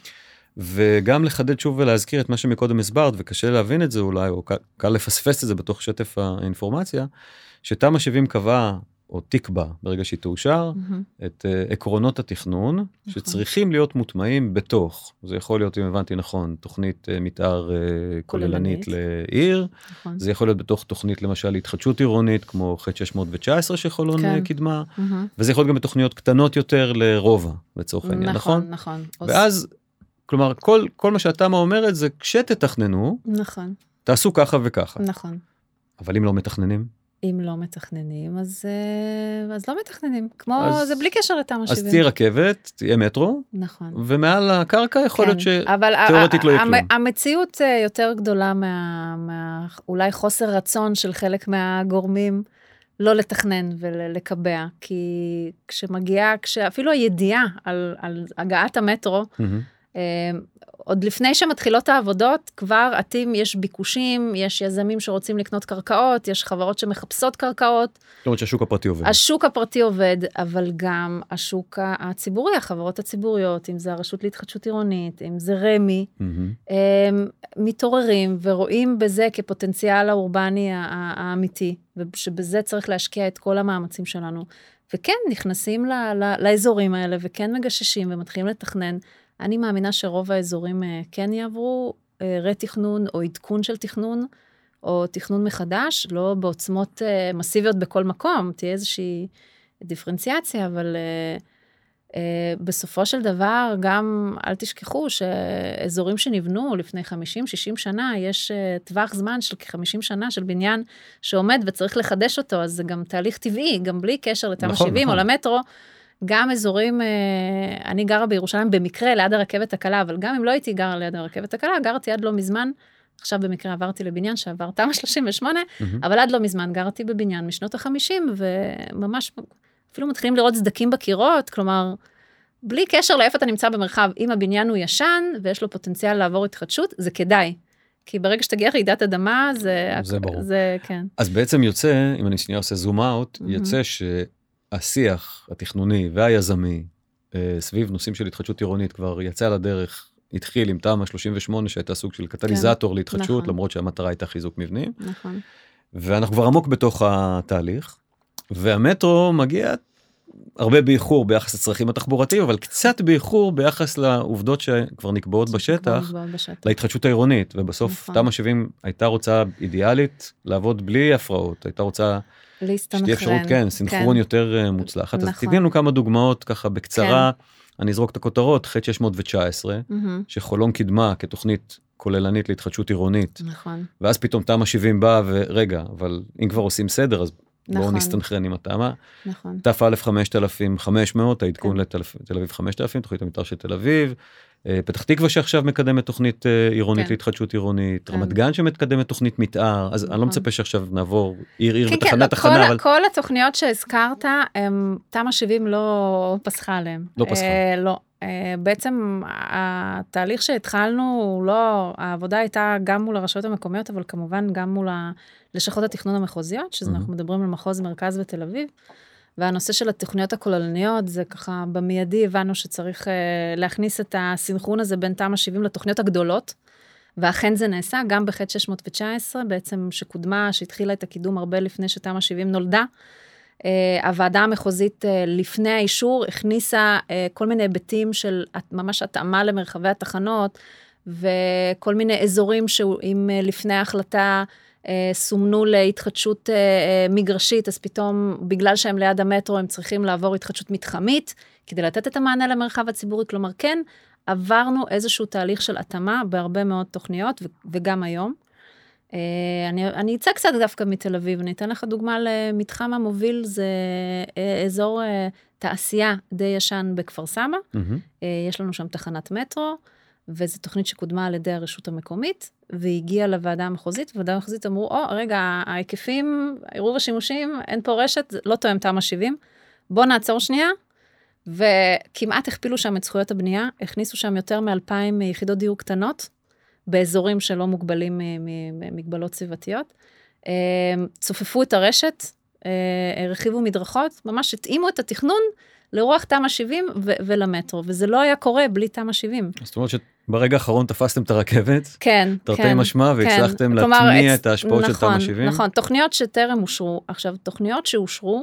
וגם לחדד שוב ולהזכיר את מה שמקודם הסברת, וקשה להבין את זה אולי, או קל, קל לפספס את זה בתוך שטף האינפורמציה, שתמ"א שבעים קבע, או תקבע, ברגע שהיא תאושר, mm-hmm. את uh, עקרונות התכנון, נכון. שצריכים להיות מוטמעים בתוך, זה יכול להיות, אם הבנתי נכון, תוכנית uh, מתאר uh, כוללנית לעיר, נכון. זה יכול להיות בתוך תוכנית, למשל, התחדשות עירונית, כמו ח' שש מאות תשע עשרה שחולון כן. קידמה, mm-hmm. וזה יכול להיות גם בתוכניות קטנות יותר לרובע, לצורך העניין, נכון? נכון, נכון. ואז, כלומר, כל, כל מה שהתמ"א אומרת, זה כשתתכננו, נכון. תעשו ככה וככה. נכון. אבל אם לא מתכננים, אם לא מתכננים, אז, אז לא מתכננים. כמו, אז, זה בלי קשר לתמ"א שבעים. אז תהיה רכבת, תהיה מטרו. נכון. ומעל הקרקע יכול להיות כן, שתיאורטית לא יהיה כלום. המציאות יותר גדולה מה, מה, אולי חוסר רצון של חלק מהגורמים לא לתכנן ולקבע. כי כשמגיעה, כשאפילו הידיעה על, על הגעת המטרו, mm-hmm. עוד לפני שמתחילות העבודות, כבר עתים יש ביקושים, יש יזמים שרוצים לקנות קרקעות, יש חברות שמחפשות קרקעות. זאת אומרת שהשוק הפרטי עובד. השוק הפרטי עובד, אבל גם השוק הציבורי, החברות הציבוריות, אם זה הרשות להתחדשות עירונית, אם זה רמי, mm-hmm. מתעוררים ורואים בזה כפוטנציאל האורבני האמיתי, ושבזה צריך להשקיע את כל המאמצים שלנו. וכן, נכנסים ל- ל- לאזורים האלה, וכן מגששים ומתחילים לתכנן. אני מאמינה שרוב האזורים כן יעברו רתכנון או עדכון של תכנון, או תכנון מחדש, לא בעוצמות מסיביות בכל מקום, תהיה איזושהי דיפרנציאציה, אבל בסופו של דבר גם אל תשכחו שאזורים שנבנו לפני חמישים שישים שנה, יש טווח זמן של כ-חמישים שנה של בניין שעומד וצריך לחדש אותו, אז זה גם תהליך טבעי, גם בלי קשר לתמ"א שבעים או למטרו, גם אזורים, אני גרה בירושלים במקרה ליד הרכבת הקלה, אבל גם אם לא הייתי גרה ליד הרכבת הקלה, גרתי עד לא מזמן, עכשיו במקרה עברתי לבניין שעבר תמ"א שלושים ושמונה, mm-hmm. אבל עד לא מזמן גרתי בבניין משנות החמישים, וממש אפילו מתחילים לראות סדקים בקירות, כלומר, בלי קשר לאיפה אתה נמצא במרחב, אם הבניין הוא ישן, ויש לו פוטנציאל לעבור התחדשות, זה כדאי. כי ברגע שתגיע רעידת אדמה, זה... זה ברור. זה, כן. אז בעצם יוצא, אם אני שנייה עושה זום אאוט, mm-hmm. יוצא ש... השיח התכנוני והיזמי סביב נושאים של התחדשות עירונית כבר יצא לדרך, התחיל עם תמ"א שלושים ושמונה שהייתה סוג של קטליזטור להתחדשות, למרות שהמטרה הייתה חיזוק מבנים. ואנחנו כבר עמוק בתוך התהליך, והמטרו מגיע הרבה באיחור ביחס לצרכים התחבורתיים, אבל קצת באיחור ביחס לעובדות שכבר נקבעות בשטח, להתחדשות העירונית, ובסוף תמ"א שבעים הייתה רוצה אידיאלית לעבוד בלי הפרעות, הייתה רוצה שתהיה אפשרות, כן, סינכרון יותר מוצלחת. אז תתנו כמה דוגמאות ככה בקצרה, אני אזרוק את הכותרות, ח' שש מאות תשע עשרה, שחולון קדמה כתוכנית כוללנית להתחדשות עירונית, ואז פתאום תמ"א שבעים באה ורגע, אבל אם כבר עושים סדר, אז בואו נסתנכרן עם התאמה. ת"א חמשת אלפים וחמש מאות, העדכון לתל אביב חמשת אלפים, תוכנית המתאר של תל אביב, פתח תקווה שעכשיו מקדמת תוכנית עירונית להתחדשות עירונית, רמת גן שמתקדמת תוכנית מתאר, אז אני לא מצפה שעכשיו נעבור עיר עיר ותחנה תחנה. כל התוכניות שהזכרת, תמ"א שבעים לא פסחה עליהם. לא פסחה. לא. בעצם התהליך שהתחלנו, לא, העבודה הייתה גם מול הרשויות המקומיות, אבל כמובן גם מול לשכות התכנון המחוזיות, שזה אנחנו מדברים על מחוז מרכז ותל אביב, והנושא של התוכניות הכוללניות, זה ככה במיידי הבנו שצריך להכניס את הסינכרון הזה בין תמ"א שבעים לתוכניות הגדולות, ואכן זה נעשה, גם ב-ח' שש מאות תשע עשרה, בעצם שקודמה, שהתחילה את הקידום הרבה לפני שתמ"א שבעים נולדה, Uh, הוועדה המחוזית uh, לפני האישור הכניסה uh, כל מיני היבטים של ממש התאמה למרחבי התחנות, וכל מיני אזורים שאם uh, לפני ההחלטה uh, סומנו להתחדשות uh, uh, מגרשית, אז פתאום בגלל שהם ליד המטרו הם צריכים לעבור התחדשות מתחמית, כדי לתת את המענה למרחב הציבורי, כלומר כן, עברנו איזשהו תהליך של התאמה בהרבה מאוד תוכניות, ו- וגם היום. אני, אני אצא קצת דווקא מתל אביב, אני אתן לך דוגמה למתחם המוביל, זה אזור תעשייה די ישן בכפר סבא, mm-hmm. יש לנו שם תחנת מטרו, וזו תוכנית שקודמה על ידי הרשות המקומית, והגיעה לוועדה המחוזית, והוועדה המחוזית אמרו, או, רגע, ההיקפים, עירוב השימושים, אין פה רשת, לא תואם תמ"א שבעים, בוא נעצור שנייה, וכמעט הכפילו שם את זכויות הבנייה, הכניסו שם יותר מאלפיים יחידות דיור קטנות, באזורים שלא מוגבלים ממגבלות סביבתיות, צופפו את הרשת, הרחיבו מדרכות, ממש התאימו את התכנון לרוח תמ"א שבעים ולמטרו, וזה לא היה קורה בלי תמ"א שבעים. זאת אומרת שברגע האחרון תפסתם את הרכבת, כן, תרתי כן, משמע, והצלחתם להטמיע את ההשפעות של תמ"א שבעים? נכון, תוכניות שטרם אושרו, עכשיו תוכניות שאושרו,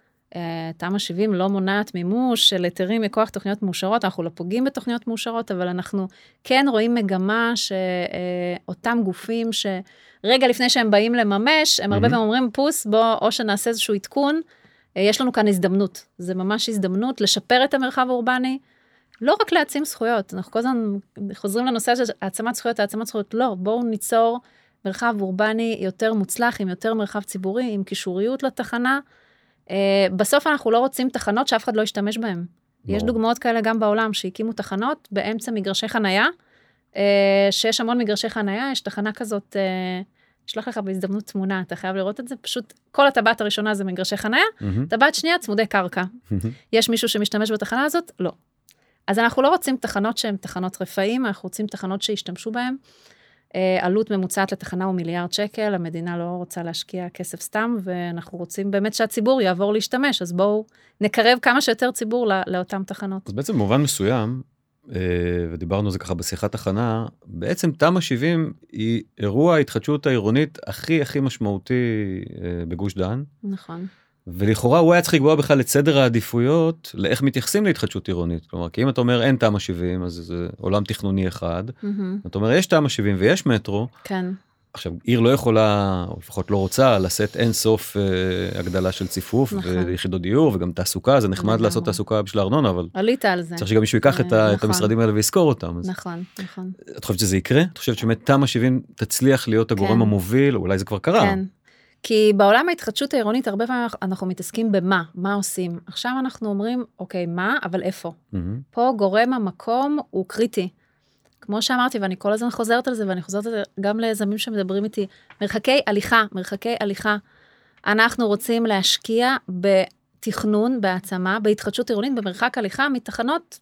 תמ"א שבעים לא מונעת מימוש של היתרים מכוח תוכניות מאושרות, אנחנו לא פוגעים בתוכניות מאושרות, אבל אנחנו כן רואים מגמה שאותם גופים שרגע לפני שהם באים לממש, הם הרבה פעמים אומרים, פוס, בוא או שנעשה איזשהו עדכון, יש לנו כאן הזדמנות, זה ממש הזדמנות לשפר את המרחב האורבני, לא רק להעצים זכויות, אנחנו כל הזמן חוזרים לנושא של העצמת זכויות, העצמת זכויות, לא, בואו ניצור מרחב אורבני יותר מוצלח, עם יותר מרחב ציבורי, עם קישוריות לתחנה, Uh, בסוף אנחנו לא רוצים תחנות שאף אחד לא ישתמש בהן. No. יש דוגמאות כאלה גם בעולם שהקימו תחנות באמצע מגרשי חנייה, uh, שיש המון מגרשי חנייה, יש תחנה כזאת, uh, אשלח לך בהזדמנות תמונה, אתה חייב לראות את זה, פשוט כל הטבעת הראשונה זה מגרשי חנייה, mm-hmm. טבעת שנייה צמודי קרקע. Mm-hmm. יש מישהו שמשתמש בתחנה הזאת? לא. אז אנחנו לא רוצים תחנות שהן תחנות רפאים, אנחנו רוצים תחנות שישתמשו בהן, עלות ממוצעת לתחנה הוא מיליארד שקל, המדינה לא רוצה להשקיע כסף סתם, ואנחנו רוצים באמת שהציבור יעבור להשתמש, אז בואו נקרב כמה שיותר ציבור לא, לאותם תחנות. אז בעצם במובן מסוים, ודיברנו על זה ככה בשיחת תחנה, בעצם תמ"א שבעים היא אירוע ההתחדשות העירונית הכי הכי משמעותי בגוש דן. נכון. ולכאורה הוא היה צריך לקבוע בכלל את סדר העדיפויות לאיך מתייחסים להתחדשות עירונית. כלומר, כי אם אתה אומר אין תמ"א שבעים, אז זה עולם תכנוני אחד. Mm-hmm. אתה אומר יש תמ"א שבעים ויש מטרו. כן. עכשיו, עיר לא יכולה, או לפחות לא רוצה, לשאת אין סוף אה, הגדלה של ציפוף, נכון. ויחידות דיור, וגם תעסוקה, זה נחמד לעשות נכון. תעסוקה בשביל הארנונה, אבל... עלית על זה. צריך שגם מישהו ייקח אה, את, נכון. את המשרדים האלה ויזכור אותם. אז... נכון, נכון. את חושבת שזה יקרה? את חושבת שבאמת תמ"א שבעים תצליח להיות הגורם כן. המוביל, או אולי זה כבר קרה? כן. כי בעולם ההתחדשות העירונית, הרבה פעמים אנחנו מתעסקים במה, מה עושים. עכשיו אנחנו אומרים, אוקיי, מה, אבל איפה? Mm-hmm. פה גורם המקום הוא קריטי. כמו שאמרתי, ואני כל הזמן חוזרת על זה, ואני חוזרת על זה גם ליזמים שמדברים איתי, מרחקי הליכה, מרחקי הליכה. אנחנו רוצים להשקיע בתכנון, בהעצמה, בהתחדשות עירונית, במרחק הליכה, מתחנות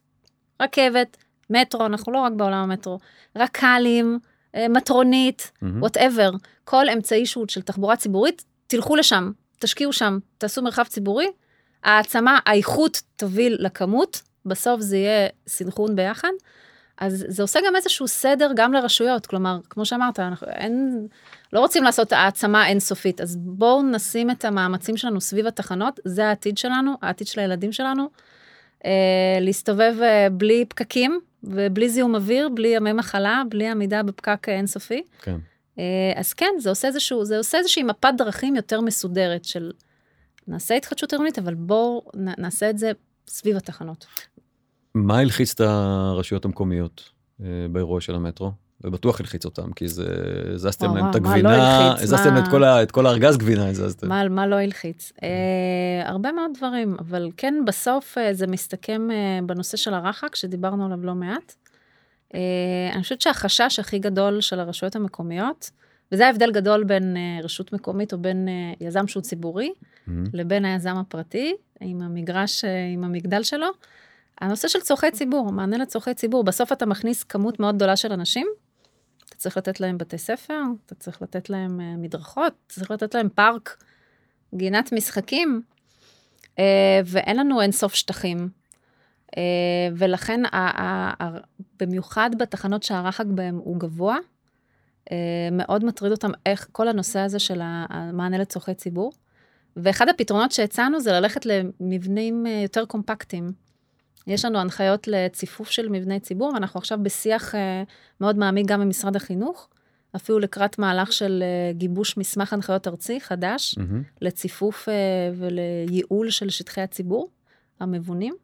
רכבת, מטרו, אנחנו לא רק בעולם המטרו, רקלים, מטרונית, mm-hmm. whatever, כל אמצעי שהוא של תחבורה ציבורית, תלכו לשם, תשקיעו שם, תעשו מרחב ציבורי, העצמה, האיכות תוביל לכמות, בסוף זה יהיה סנכרון ביחד, אז זה עושה גם איזשהו סדר גם לרשויות, כלומר, כמו שאמרת, אנחנו אין, לא רוצים לעשות העצמה אינסופית, אז בואו נשים את המאמצים שלנו סביב התחנות, זה העתיד שלנו, העתיד של הילדים שלנו, אה, להסתובב בלי פקקים, ובלי זיהום אוויר, בלי ימי מחלה, בלי עמידה בפקק אינסופי. כן. אה, אז כן, זה עושה איזשהו, זה עושה איזושהי מפת דרכים יותר מסודרת של, נעשה התחדשות עירונית, אבל בואו נעשה את זה סביב התחנות. מה הלחיץ את הרשויות המקומיות באירוע של המטרו? ובטוח הלחיץ אותם, כי זה, הזזתם להם את הגבינה, הזזתם את כל הארגז גבינה, הזזתם. מה לא הלחיץ? הרבה מאוד דברים, אבל כן, בסוף זה מסתכם בנושא של הרחק, שדיברנו עליו לא מעט. אני חושבת שהחשש הכי גדול של הרשויות המקומיות, וזה ההבדל גדול בין רשות מקומית או בין יזם שהוא ציבורי, לבין היזם הפרטי, עם המגרש, עם המגדל שלו, הנושא של צורכי ציבור, מענה לצורכי ציבור, בסוף אתה מכניס כמות מאוד גדולה של אנשים, אתה צריך לתת להם בתי ספר, אתה צריך לתת להם מדרכות, אתה צריך לתת להם פארק, גינת משחקים, ואין לנו אינסוף שטחים, ולכן במיוחד בתחנות שהרחק בהם הוא גבוה, מאוד מטריד אותם איך כל הנושא הזה של המענה לצורכי ציבור, ואחד הפתרונות שהצענו זה ללכת למבנים יותר קומפקטיים, יש לנו הנחיות לציפוף של מבני ציבור, ואנחנו עכשיו בשיח מאוד מעמיק גם במשרד החינוך, אפילו לקראת מהלך של גיבוש מסמך הנחיות ארצי חדש, mm-hmm. לציפוף ולייעול של שטחי הציבור, המבונים.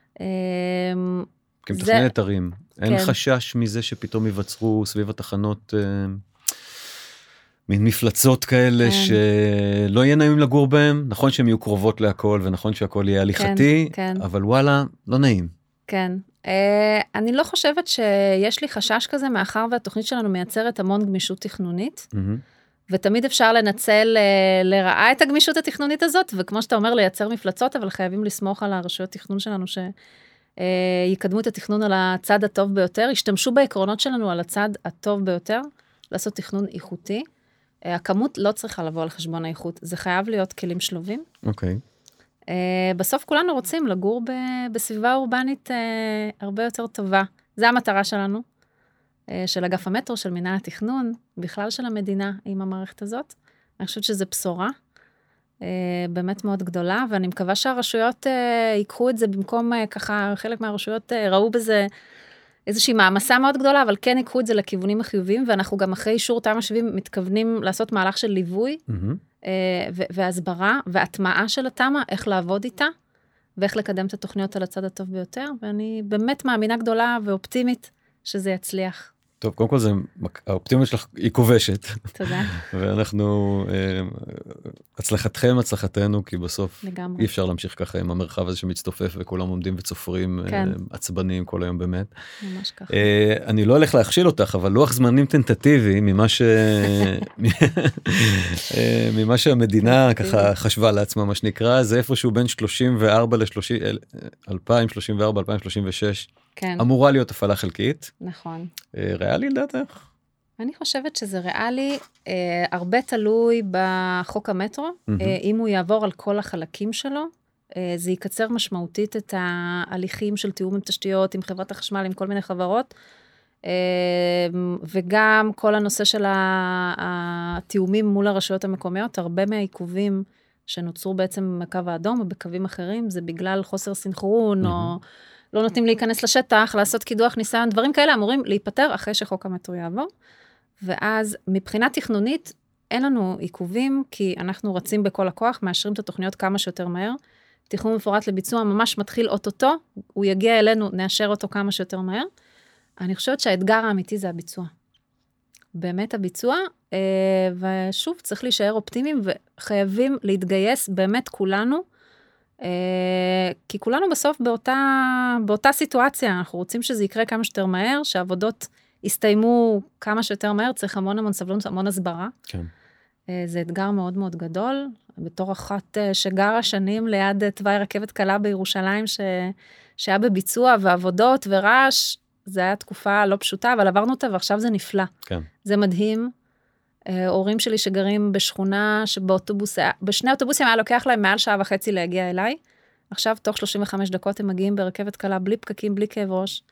כמתכננת ערים, אין כן. חשש מזה שפתאום ייווצרו סביב התחנות מין מפלצות כאלה כן. שלא יהיה נעים לגור בהם, נכון שהן יהיו קרובות להכל, ונכון שהכל יהיה הליכתי, כן, כן. אבל וואלה, לא נעים. כן. אה, אני לא חושבת שיש לי חשש כזה, מאחר והתוכנית שלנו מייצרת המון גמישות תכנונית, mm-hmm. ותמיד אפשר לנצל אה, לרעה את הגמישות התכנונית הזאת, וכמו שאתה אומר, לייצר מפלצות, אבל חייבים לסמוך על הרשויות תכנון שלנו, שיקדמו את התכנון על הצד הטוב ביותר, ישתמשו בעקרונות שלנו על הצד הטוב ביותר, לעשות תכנון איכותי, הכמות לא צריכה לבוא על חשבון האיכות, זה חייב להיות כלים שלובים. אוקיי. Okay. בסוף כולנו רוצים לגור בסביבה אורבנית הרבה יותר טובה. זה המטרה שלנו, של אגף המטרו, של מינהל התכנון, בכלל של המדינה עם המערכת הזאת. אני חושבת שזה בשורה, באמת מאוד גדולה, ואני מקווה שהרשויות ייקחו את זה במקום ככה, חלק מהרשויות ראו בזה, איזושהי מעמסה מאוד גדולה, אבל כן יקחו את זה לכיוונים החיוביים, ואנחנו גם אחרי אישור תמ"א שבעים מתכוונים לעשות מהלך של ליווי, mm-hmm. והסברה, והטמעה של התמ"א, איך לעבוד איתה, ואיך לקדם את התוכניות על הצד הטוב ביותר, ואני באמת מאמינה גדולה ואופטימית שזה יצליח. טוב, קודם כל זה, האופטימיות שלך היא כובשת. תודה. ואנחנו, הצלחתכם, הצלחתנו, כי בסוף אי אפשר להמשיך ככה עם המרחב הזה שמצטופף, וכולם עומדים וצופרים, עצבניים כל היום באמת. ממש ככה. אני לא הולך להכשיל אותך, אבל לוח זמנים טנטטיבי, ממה ש... ממה שהמדינה ככה חשבה לעצמה, מה שנקרא, זה איפשהו בין שלושים וארבע ל-אלפיים שלושים וארבע אלפיים שלושים ושש. כן. אמורה להיות הפעלה חלקית. נכון. ריאלי לדעתך? אני חושבת שזה ריאלי, אה, הרבה תלוי בחוק המטרו, mm-hmm. אה, אם הוא יעבור על כל החלקים שלו, אה, זה יקצר משמעותית את ההליכים של תיאום עם תשתיות, עם חברת החשמל, עם כל מיני חברות, אה, וגם כל הנושא של התיאומים מול הרשויות המקומיות, הרבה מהעיכובים שנוצרו בעצם בקו האדום, או בקווים אחרים, זה בגלל חוסר סינכרון, mm-hmm. או... לא נותנים להיכנס לשטח, לעשות קידוח ניסיון, דברים כאלה אמורים להיפטר אחרי שחוק המטרו יעבור, ואז מבחינה תכנונית אין לנו עיכובים, כי אנחנו רצים בכל הכוח, מאשרים את התוכניות כמה שיותר מהר, תכנון מפורט לביצוע ממש מתחיל אוטוטו, הוא יגיע אלינו, נאשר אותו כמה שיותר מהר, אני חושבת שהאתגר האמיתי זה הביצוע. באמת הביצוע, ושוב, צריך להישאר אופטימיים, וחייבים להתגייס באמת כולנו, כי כולנו בסוף באותה, באותה סיטואציה, אנחנו רוצים שזה יקרה כמה שיותר מהר, שהעבודות יסתיימו כמה שיותר מהר, צריך המון המון סבלנות, המון הסברה. כן. זה אתגר מאוד מאוד גדול, בתור אחת שגרה שנים ליד תוואי רכבת קלה בירושלים, ש... שהיה בביצוע ועבודות ורעש, זה היה תקופה לא פשוטה, אבל עברנו אותה ועכשיו זה נפלא. כן. זה מדהים. הורים שלי שגרים בשכונה שבאוטובוס, בשני אוטובוסים היה לוקח להם מעל שעה וחצי להגיע אליי, עכשיו תוך שלושים וחמש דקות הם מגיעים ברכבת קלה, בלי פקקים, בלי כאב ראש,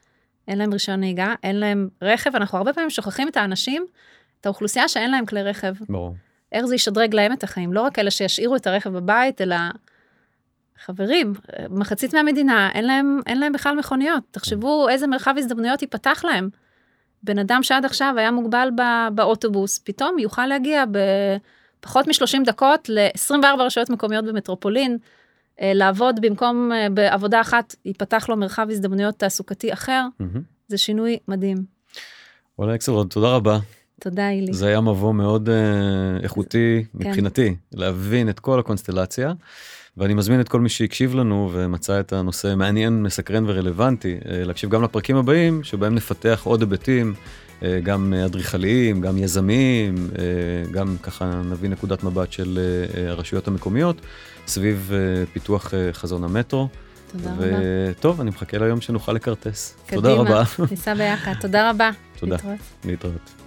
אין להם רישיון נהיגה, אין להם רכב, אנחנו הרבה פעמים שוכחים את האנשים, את האוכלוסייה שאין להם כלי רכב. ברור. איך זה ישדרג להם את החיים, לא רק אלה שישאירו את הרכב בבית, אלא חברים, מחצית מהמדינה, אין להם, אין להם בכלל מכוניות. תחשבו איזה מרחב הזדמנויות ייפתח להם. בן אדם שעד עכשיו היה מוגבל בא, באוטובוס, פתאום יוכל להגיע בפחות מ-שלושים דקות ל-עשרים וארבע רשויות מקומיות במטרופולין, לעבוד במקום בעבודה אחת, ייפתח לו מרחב הזדמנויות תעסוקתי אחר. Mm-hmm. זה שינוי מדהים. וואלה, אקסלרוד, תודה רבה. תודה, אילי. זה היה מבוא מאוד uh, איכותי כן. מבחינתי, להבין את כל הקונסטלציה, ואני מזמין את כל מי שהקשיב לנו ומצא את הנושא מעניין, מסקרן ורלוונטי, uh, להקשיב גם לפרקים הבאים, שבהם נפתח עוד היבטים, uh, גם אדריכליים, גם יזמים, uh, גם ככה נביא נקודת מבט של uh, הרשויות המקומיות, סביב uh, פיתוח uh, חזון המטרו. תודה ו- רבה. וטוב, אני מחכה ליום שנוכל לקרטס. תודה רבה. ניסע ביחד, תודה רבה. תודה. להתראות. להתראות.